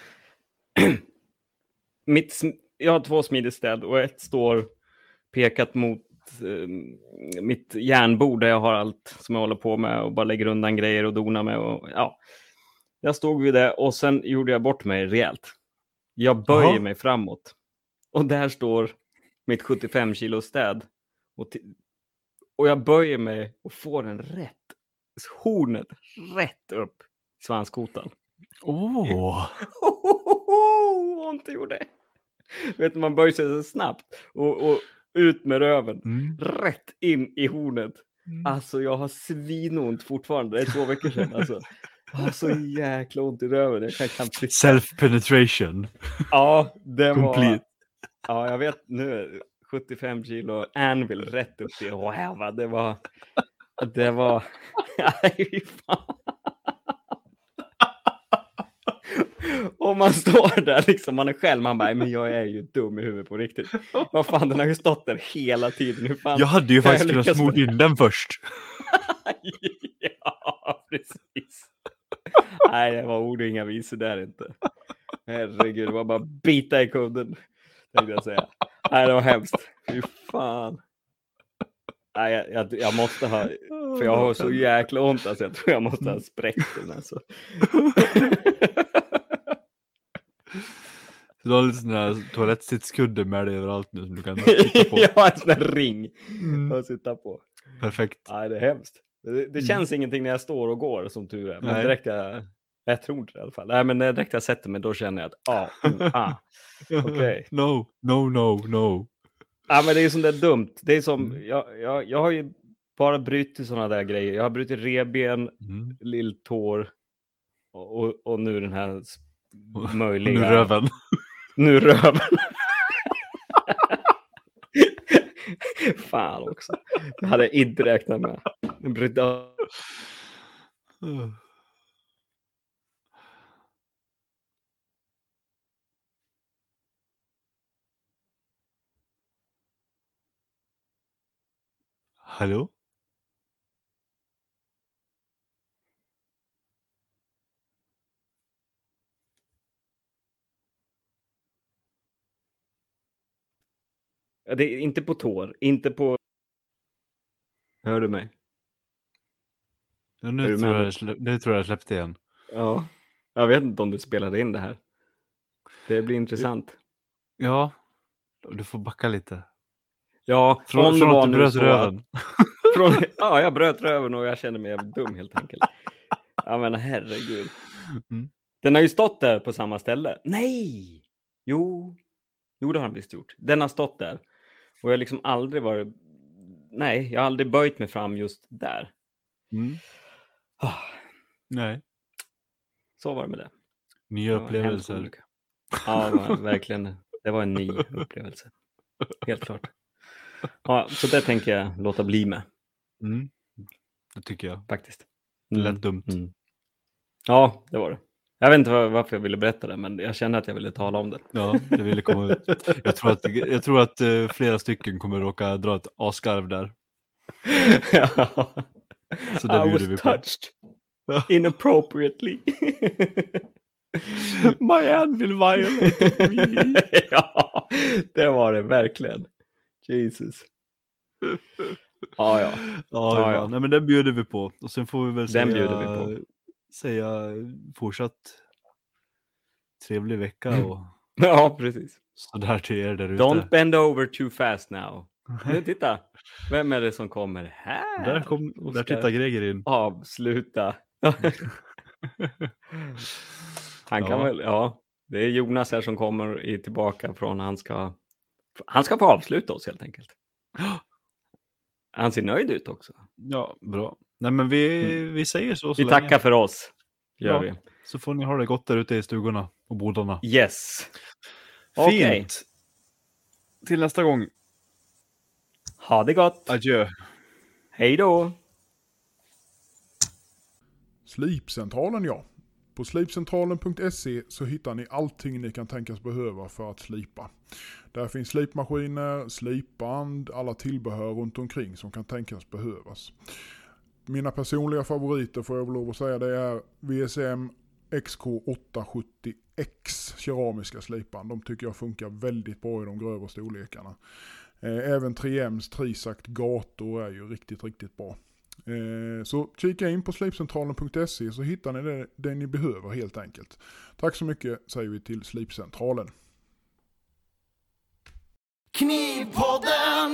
Mitt, jag har två smidestäd och ett står pekat mot eh, mitt järnbord där jag har allt som jag håller på med och bara lägger undan grejer och donar med. Och, ja. Jag stod vid det och sen gjorde jag bort mig rejält. Jag böjer Aha. mig framåt och där står mitt sjuttiofem kilo städ och, t- och jag böjer mig och får en rätt hornet rätt upp i svanskotan.
Åh! Oh.
Vad ont det gjorde. Vet du, man böjer sig så snabbt och, och ut med röven. Mm. Rätt in i hornet. Mm. Alltså jag har svinont fortfarande. Det är två veckor sedan. Alltså. Jag har så jäkla ont i röven. Jag kan knappt flytta.
Self-penetration.
Ja, det
Complete.
var... Ja, jag vet nu. sjuttiofem kilo anvil rätt upp i räva. Det var... Det var... Nej, fan. Och man står där liksom, man är själv, man bara, men jag är ju dum i huvudet på riktigt. Vad fan, den har ju stått där hela tiden. Hur fan,
jag hade ju faktiskt kunnat smort in den först.
Ja, precis. Nej, det var ord och inga visor där inte. Herregud, det var bara bita i kudden, tänkte jag säga. Nej, det var hemskt. Fy fan. Nej, jag, jag, jag måste ha, för jag har så jäkla ont, alltså jag tror jag måste ha spräckt den alltså.
Du har lite sån här toalettsitskudde med dig överallt nu som du kan sitta på.
Jag har en sån här ring mm. att sitta på.
Perfekt.
Nej, det är hemskt. Det, det känns mm. ingenting när jag står och går som tur är. Men
Nej.
direkt jag, jag tror inte det i alla fall. Nej, men direkt jag sätter mig, då känner jag att ah, mm, ah. Okej. Okay.
No, no, no, no.
Ja, men det är ju sånt där dumt. Det är som, mm. jag, jag, jag har ju bara brutit sådana där grejer. Jag har brutit revben, mm. lilltår och, och, och nu den här möjliga...
Nu röven.
Nu röven. Fan också. Jag hade inte räknat med. Bryta...
Hallå?
Det är inte på tår, inte på... Hör du mig?
Ja, nu, tror jag, slä... nu tror jag jag släppte igen.
Ja, jag vet inte om du spelade in det här. Det blir intressant.
Ja, du får backa lite.
Ja,
från,
om
från
det var
att du bröt röven.
Från, ja, jag bröt röven och jag kände mig dum helt enkelt. Ja, men herregud. Mm. Den har ju stått där på samma ställe. Nej! Jo, jo det har den visst gjort. Den har stått där. Och jag har liksom aldrig varit... Nej, jag har aldrig böjt mig fram just där.
Mm.
Oh.
Nej.
Så var det med det.
Nya
det
upplevelser.
Ja, var, verkligen. Det var en ny upplevelse. Helt klart. Ja, så det tänker jag låta bli med.
Mm. Det tycker jag.
Faktiskt.
Det lät dumt.
Mm. Ja, det var det. Jag vet inte var, varför jag ville berätta det, men jag kände att jag ville tala om det.
Ja, det ville komma ut. Jag tror att, jag tror att uh, flera stycken kommer råka dra ett askarv där.
Ja.
Så det
I was
vi
touched. Inappropriately.
My hand will violate me.
Ja, det var det verkligen. Jesus. Ja, ja.
Ja, ja, ja. Nej, men den bjuder vi på. Och sen får vi väl
den
säga,
vi på.
säga fortsatt trevlig vecka. Och
ja, precis.
Så där till er där ute.
Don't bend over too fast now. Nu, titta. Vem är det som kommer här?
Där, kom, där tittar Greger in.
Avsluta. Han kan ja. väl, ja. Det är Jonas här som kommer i, tillbaka från, han ska, han ska få avsluta oss helt enkelt. Han ser nöjd ut också.
Ja, bra. Nej, men vi, mm. vi säger så, så
vi tackar
länge.
för oss. Gör
ja,
vi.
Så får ni ha det gott där ute i stugorna och bodarna.
Yes.
Fint. Okay. Till nästa gång.
Ha det gott.
Adjö.
Hej då.
Slipcentralen, ja. På slipcentralen punkt se så hittar ni allting ni kan tänkas behöva för att slipa. Där finns slipmaskiner, slipband, alla tillbehör runt omkring som kan tänkas behövas. Mina personliga favoriter får jag väl lov att säga, det är V S M X K åttahundrasjuttio X keramiska sliparen. De tycker jag funkar väldigt bra i de grövre storlekarna. Även tre M's Trisact gator är ju riktigt, riktigt bra. Så kika in på slipcentralen punkt se så hittar ni det, det ni behöver helt enkelt. Tack så mycket säger vi till Slipcentralen.
Knivpodden!